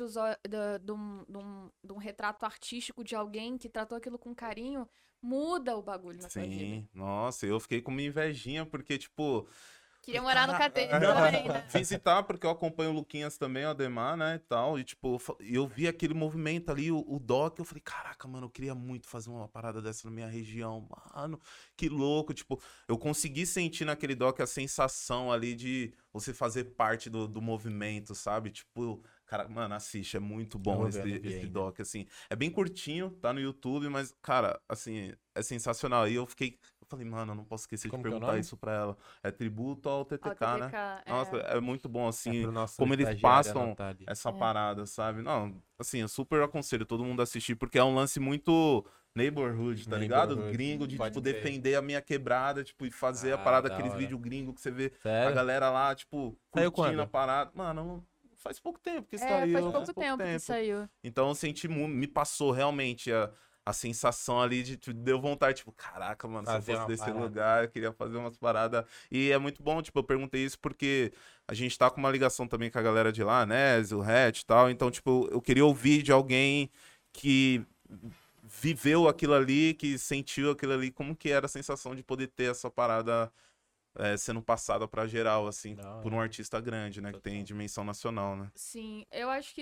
de um retrato artístico de alguém que tratou aquilo com carinho, muda o bagulho na tua vida. Sim. Nossa, eu fiquei com uma invejinha, porque, tipo. Queria Falei, morar no cara, Catete também, né? visitar, porque eu acompanho o Luquinhas também, o Ademar, né, e tal, e tipo, eu vi aquele movimento ali, o Doc, eu falei, caraca, mano, eu queria muito fazer uma parada dessa na minha região, mano, que louco, tipo, eu consegui sentir naquele Doc a sensação ali de você fazer parte do movimento, sabe, tipo, cara, mano, assiste, é muito Eu bom vou ver, eu não vi esse ainda. Doc, assim, é bem curtinho, tá no YouTube, mas, cara, assim, é sensacional, e eu fiquei, Eu falei, mano, eu não posso esquecer Como de que é o perguntar nome? isso pra ela. É tributo ao TTK, Ao né? TTK, Nossa, é muito bom, assim, pro nosso como eles estagiário passam anotar ali. essa parada, sabe? Não, assim, eu super aconselho todo mundo a assistir, porque é um lance muito neighborhood, tá ligado? Neighborhood, Gringo, de, pode tipo, crer. defender a minha quebrada, tipo, e fazer a Ah, parada, da aqueles hora. vídeos gringos que você vê a Sério? galera lá, tipo, Saiu curtindo a quando? parada. Mano, faz pouco tempo que faz saiu, pouco tempo que saiu. Então eu senti, me passou realmente a sensação ali de, tipo, deu vontade, tipo, caraca, mano, se eu Fazer fosse uma desse parada. lugar, eu queria fazer umas paradas. E é muito bom, tipo, eu perguntei isso porque a gente tá com uma ligação também com a galera de lá, né, o Hatch e tal, então, tipo, eu queria ouvir de alguém que viveu aquilo ali, que sentiu aquilo ali, como que era a sensação de poder ter essa parada sendo passada pra geral, assim, Da hora. por um artista grande, né, que tem Total. dimensão nacional, né. Sim, eu acho que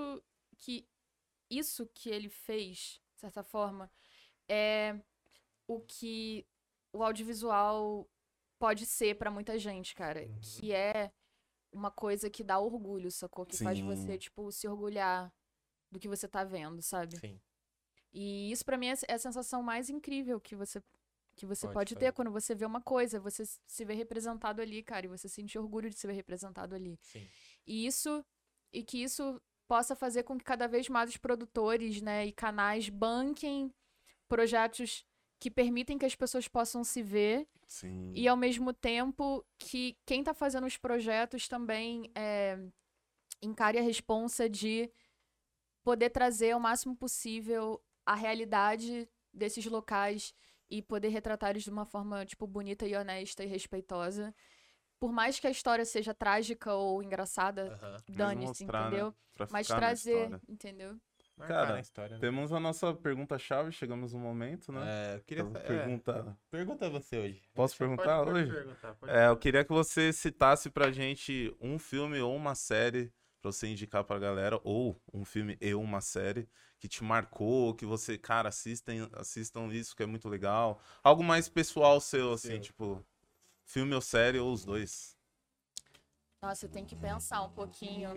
isso que ele fez, de certa forma, é o que o audiovisual pode ser pra muita gente, cara. Uhum. Que é uma coisa que dá orgulho, sacou? Que faz Sim. você, tipo, se orgulhar do que você tá vendo, sabe? Sim. E isso pra mim é a sensação mais incrível que você Pode pode fazer. ter quando você vê uma coisa, você se vê representado ali, cara, e você sente orgulho de se ver representado ali. Sim. E que isso possa fazer com que cada vez mais os produtores, né, e canais banquem projetos que permitem que as pessoas possam se ver Sim. e, ao mesmo tempo, que quem tá fazendo os projetos também encare a responsa de poder trazer o máximo possível a realidade desses locais e poder retratar eles de uma forma, tipo, bonita e honesta e respeitosa. Por mais que a história seja trágica ou engraçada, Aham. Mas dane-se, mostrar, entendeu? né? Pra Mas ficar na trazer, história. entendeu? Marcar Cara, na história, né? temos a nossa pergunta-chave, chegamos no momento, né? Eu queria Essa saber. pergunta. Pergunta você hoje. Posso perguntar pode hoje? Perguntar, pode Eu queria que você citasse pra gente um filme ou uma série pra você indicar pra galera, ou um filme e uma série que te marcou, que você, cara, assistam isso que é muito legal. Algo mais pessoal seu, assim, Seu. tipo, filme ou série, ou os dois. Nossa, eu tenho que pensar um pouquinho.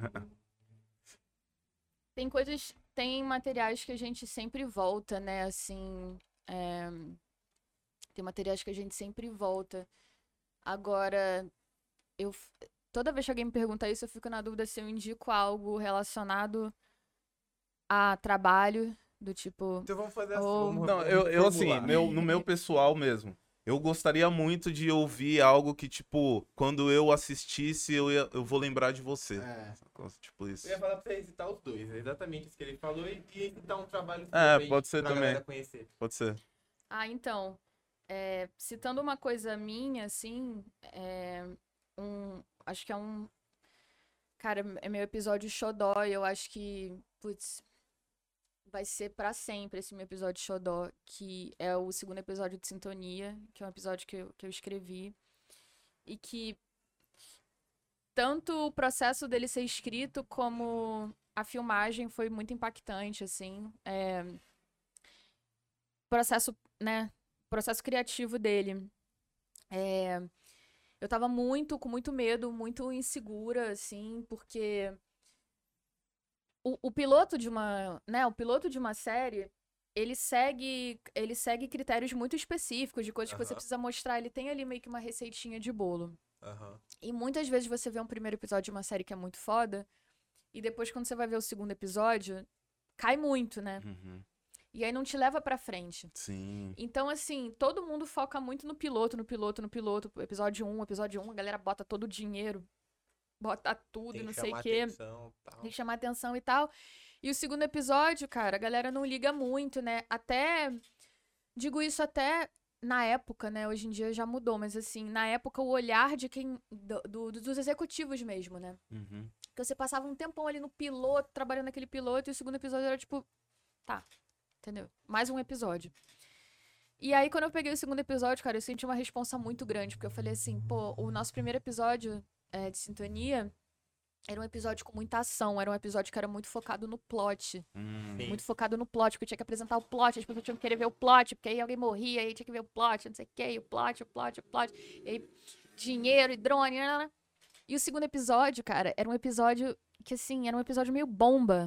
Tem materiais que a gente sempre volta, né? Assim, tem materiais que a gente sempre volta. Agora, toda vez que alguém me pergunta isso, eu fico na dúvida se eu indico algo relacionado a trabalho, do tipo. Então vamos fazer assim. Ou- Vamos, Não, vamos eu assim, formular. no meu pessoal mesmo, eu gostaria muito de ouvir algo que, tipo, quando eu assistisse, eu vou lembrar de você. Tipo isso. Eu ia falar pra você citar os dois, exatamente isso que ele falou, e citar um trabalho seu É, aí pode ser pra também. galera conhecer. Pode ser. Ah, então. Citando uma coisa minha, assim, acho que é um. Cara, é meu episódio xodó, e eu acho que, putz, vai ser pra sempre esse meu episódio xodó, que é o segundo episódio de Sintonia, que é um episódio que eu escrevi. E que tanto o processo dele ser escrito como a filmagem foi muito impactante, assim. Processo, né? Processo criativo dele. Eu tava com muito medo, muito insegura, assim, porque o piloto de uma série, ele segue critérios muito específicos de coisas que você Aham. precisa mostrar. Ele tem ali meio que uma receitinha de bolo. Aham. E muitas vezes você vê um primeiro episódio de uma série que é muito foda, e depois, quando você vai ver o segundo episódio, cai muito, né? Uhum. E aí não te leva pra frente. Sim. Então, assim, todo mundo foca muito no piloto. Episódio 1, a galera bota todo o dinheiro, bota tudo e Tem não que sei o chamar quê. atenção, tal. Tem que chamar atenção e tal. E o segundo episódio, cara, a galera não liga muito, né? Digo isso até na época, né? Hoje em dia já mudou, mas assim, na época o olhar de quem. Dos executivos mesmo, né? Uhum. Porque você passava um tempão ali no piloto, trabalhando naquele piloto, e o segundo episódio era tipo. Tá. Entendeu? Mais um episódio. E aí, quando eu peguei o segundo episódio, cara, eu senti uma responsa muito grande, porque eu falei assim, pô, o nosso primeiro episódio de Sintonia era um episódio com muita ação, era um episódio que era muito focado no plot. Sim. Muito focado no plot, porque eu tinha que apresentar o plot, as pessoas tinham que querer ver o plot, porque aí alguém morria, aí tinha que ver o plot, não sei o que, o plot. E aí, dinheiro e drone, né? E o segundo episódio, cara, era um episódio que, assim, era um episódio meio bomba.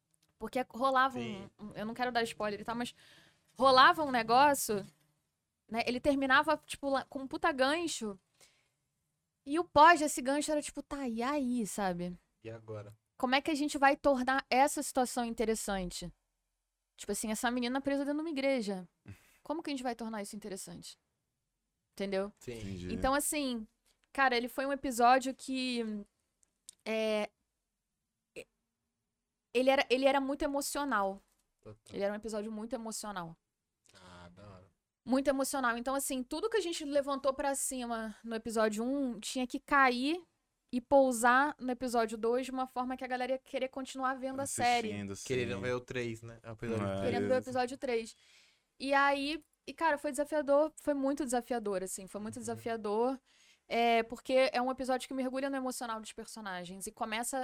Porque rolava Sim. eu não quero dar spoiler e tal, mas rolava um negócio né? Ele terminava, tipo, com um puta gancho. E o pós desse gancho era tipo, tá, e aí, sabe? E agora? Como é que a gente vai tornar essa situação interessante? Tipo assim, essa menina presa dentro de uma igreja. Como que a gente vai tornar isso interessante? Entendeu? Sim. Entendi. Então, assim, cara, ele foi um episódio que. Ele era muito emocional. Total. Ele era um episódio muito emocional. Ah, da hora. Muito emocional. Então, assim, tudo que a gente levantou pra cima no episódio 1 tinha que cair e pousar no episódio 2 de uma forma que a galera ia querer continuar vendo a série. Assistindo, sim. Querendo ver o 3, né? É o episódio É. 3. Querendo ver o episódio 3. E aí, cara, foi desafiador. Foi muito desafiador, assim. Foi muito desafiador. Porque é um episódio que mergulha no emocional dos personagens. E começa.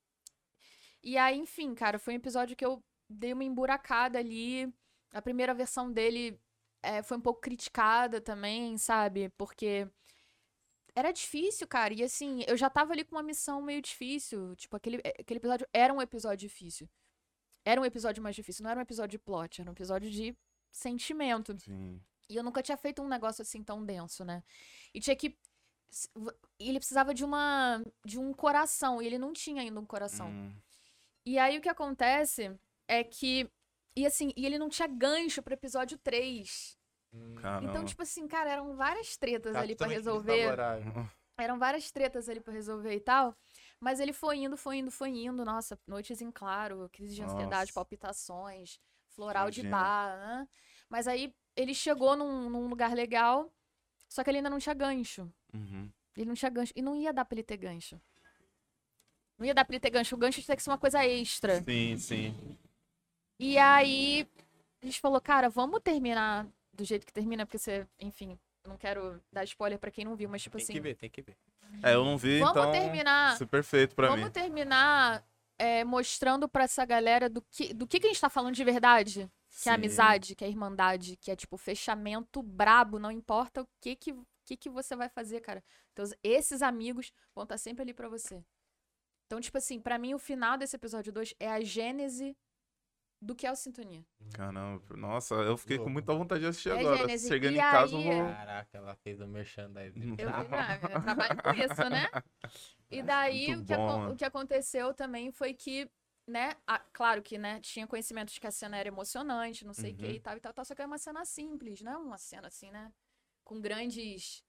E aí, enfim, cara, foi um episódio que eu dei uma emburacada ali. A primeira versão dele foi um pouco criticada também, sabe? Porque era difícil, cara. E assim, eu já tava ali com uma missão meio difícil. Tipo, aquele episódio era um episódio difícil. Era um episódio mais difícil. Não era um episódio de plot, era um episódio de sentimento. Sim. E eu nunca tinha feito um negócio assim tão denso, né? E tinha que. Ele precisava de um coração. E ele não tinha ainda um coração. E aí o que acontece é que. E assim, ele não tinha gancho pro episódio 3. Caramba. Então, tipo assim, cara, eram várias tretas Tá ali pra totalmente resolver. desfavorável. Eram várias tretas ali pra resolver e tal. Mas ele foi indo, foi indo, foi indo. Nossa, noites em claro, crise de ansiedade, Nossa. palpitações, floral de Imagino. bar, né? Mas aí ele chegou num lugar legal, só que ele ainda não tinha gancho. Uhum. Ele não tinha gancho. E não ia dar pra ele ter gancho. Não ia dar pra ele ter gancho. O gancho tinha que ser uma coisa extra. Sim, sim. E aí a gente falou, cara, vamos terminar do jeito que termina, porque você, enfim, eu não quero dar spoiler pra quem não viu, mas tipo Tem assim. que ver, tem que ver. Eu não vi, Vamos então. terminar. Isso é perfeito pra Vamos mim. terminar mostrando pra essa galera do que a gente tá falando de verdade. Que é a Sim. amizade, que é a irmandade, que é tipo fechamento brabo, não importa o que você vai fazer, cara. Então, esses amigos vão estar sempre ali pra você. Então, tipo assim, pra mim o final desse episódio 2 é a gênese do que é o Sintonia. Caramba, nossa, eu fiquei com Louco. muita vontade de assistir É agora. Gênesis. Chegando E em casa, eu aí- vou. Caraca, ela fez o merchandising. Eu trabalho com isso, né? E daí, Muito bom, mano. o que aconteceu também foi que, né? Claro que, né? Tinha conhecimento de que a cena era emocionante, não sei o que e tal, só que é uma cena simples, não é uma cena assim, né? Com grandes.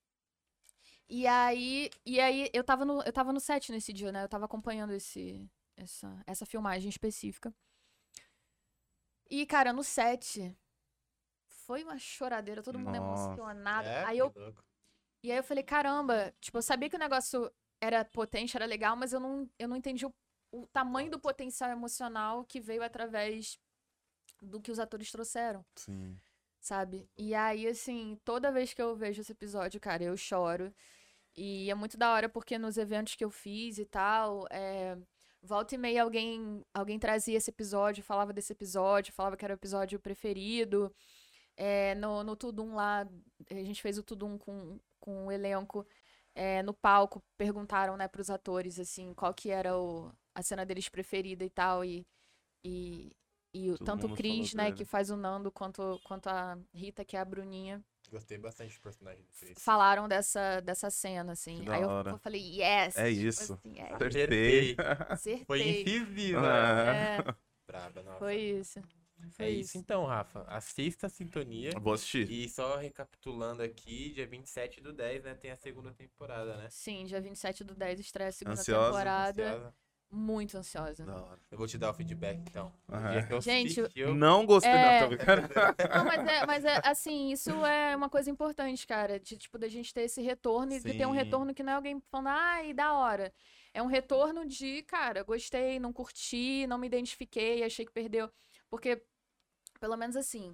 E aí eu tava no set nesse dia, né? Eu tava acompanhando essa filmagem específica. E, cara, no set foi uma choradeira, todo mundo Nossa. emocionado. É, Aí que eu louco. E aí eu falei, caramba, tipo, eu sabia que o negócio era potente, era legal, mas eu não entendi o tamanho do potencial emocional que veio através do que os atores trouxeram, Sim. sabe? E aí, assim, toda vez que eu vejo esse episódio, cara, eu choro. E é muito da hora porque nos eventos que eu fiz e tal, volta e meia alguém trazia esse episódio, falava desse episódio, falava que era o episódio preferido. No Tudum lá, a gente fez o Tudum com o elenco no palco, perguntaram, né, pros atores, assim, qual que era a cena deles preferida e tal, e tanto o mundo Cris, falou né, dele. que faz o Nando, quanto a Rita, que é a Bruninha, Gostei bastante do personagem do Chris. falaram dessa cena, assim. Que da Aí hora. eu falei, yes! É tipo isso. assim, Acertei. acertei. Foi incisiva. É, Braba, nossa. foi isso. Foi É isso então, Rafa. Assista a Sintonia. Vou assistir. E só recapitulando aqui, dia 27/10, né, tem a segunda temporada, né? Sim, dia 27/10 estreia a segunda Ansiosa? temporada. Ansiosa? Muito ansiosa. Da hora. Eu vou te dar o feedback, então. No Aham. dia que eu Gente, assisti, eu... Não gostei É. da brincando. Não, mas assim, isso é uma coisa importante, cara. De, tipo, da gente ter esse retorno e de ter um Sim. retorno que não é alguém falando, ai, da hora. É um retorno de, cara, gostei, não curti, não me identifiquei, achei que perdeu. Porque, pelo menos assim,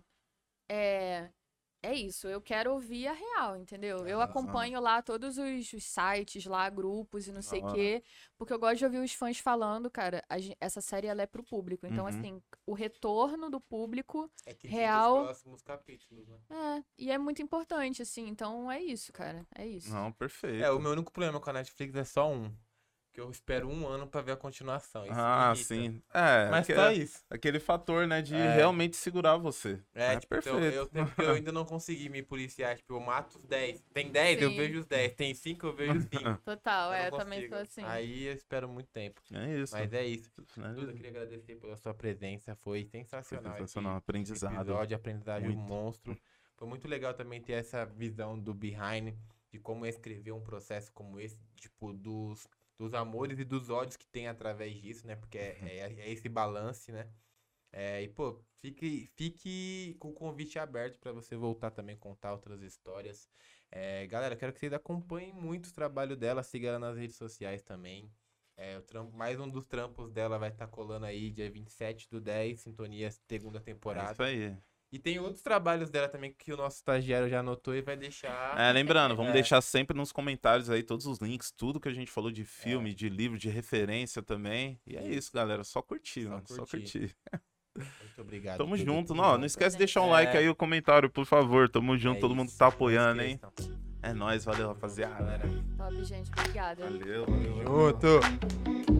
é isso. Eu quero ouvir a real, entendeu? Eu Ah, acompanho lá todos os sites, lá, grupos e não sei o hora. quê. Porque eu gosto de ouvir os fãs falando, cara, essa série ela é pro público. Então, Uhum. assim, o retorno do público É que real- os próximos capítulos, né? e é muito importante, assim. Então, é isso, cara. É isso. Não, perfeito. O meu único problema com a Netflix é só um. que eu espero 1 ano pra ver a continuação. Isso me Ah, irrita. sim. Mas só isso. Aquele fator, né, de É. realmente segurar você. Tipo, então, perfeito. eu ainda não consegui me policiar. Tipo, eu mato os 10. Tem 10, eu Sim. vejo os 10. Tem 5, eu vejo os 5. Total, Eu eu não também sou consigo. assim. Aí eu espero muito tempo. É isso. Mas é isso. Né? Duda, eu queria agradecer pela sua presença. Foi sensacional. Sensacional, esse aprendizado. episódio, aprendizagem Muito. monstro. Foi muito legal também ter essa visão do behind, de como é escrever um processo como esse, tipo, dos amores e dos ódios que tem através disso, né? Porque é esse balance, né? E, pô, fique com o convite aberto pra você voltar também, contar outras histórias. Galera, quero que vocês acompanhem muito o trabalho dela, siga ela nas redes sociais também. Mais um dos trampos dela vai estar colando aí, dia 27/10, Sintonia, segunda É temporada. isso aí. E tem outros trabalhos dela também que o nosso estagiário já anotou e vai deixar. Lembrando, vamos deixar sempre nos comentários aí todos os links, tudo que a gente falou de filme, de livro, de referência também. E é isso, galera. Só curtir, mano. Só curtir. Muito obrigado. Tamo Duda, junto. tudo Não, bom. não esquece de deixar um like aí, o comentário, por favor. Tamo junto, todo mundo que tá apoiando, hein? É nóis, valeu, rapaziada. Galera. Top, gente. Obrigada. Valeu. Junto.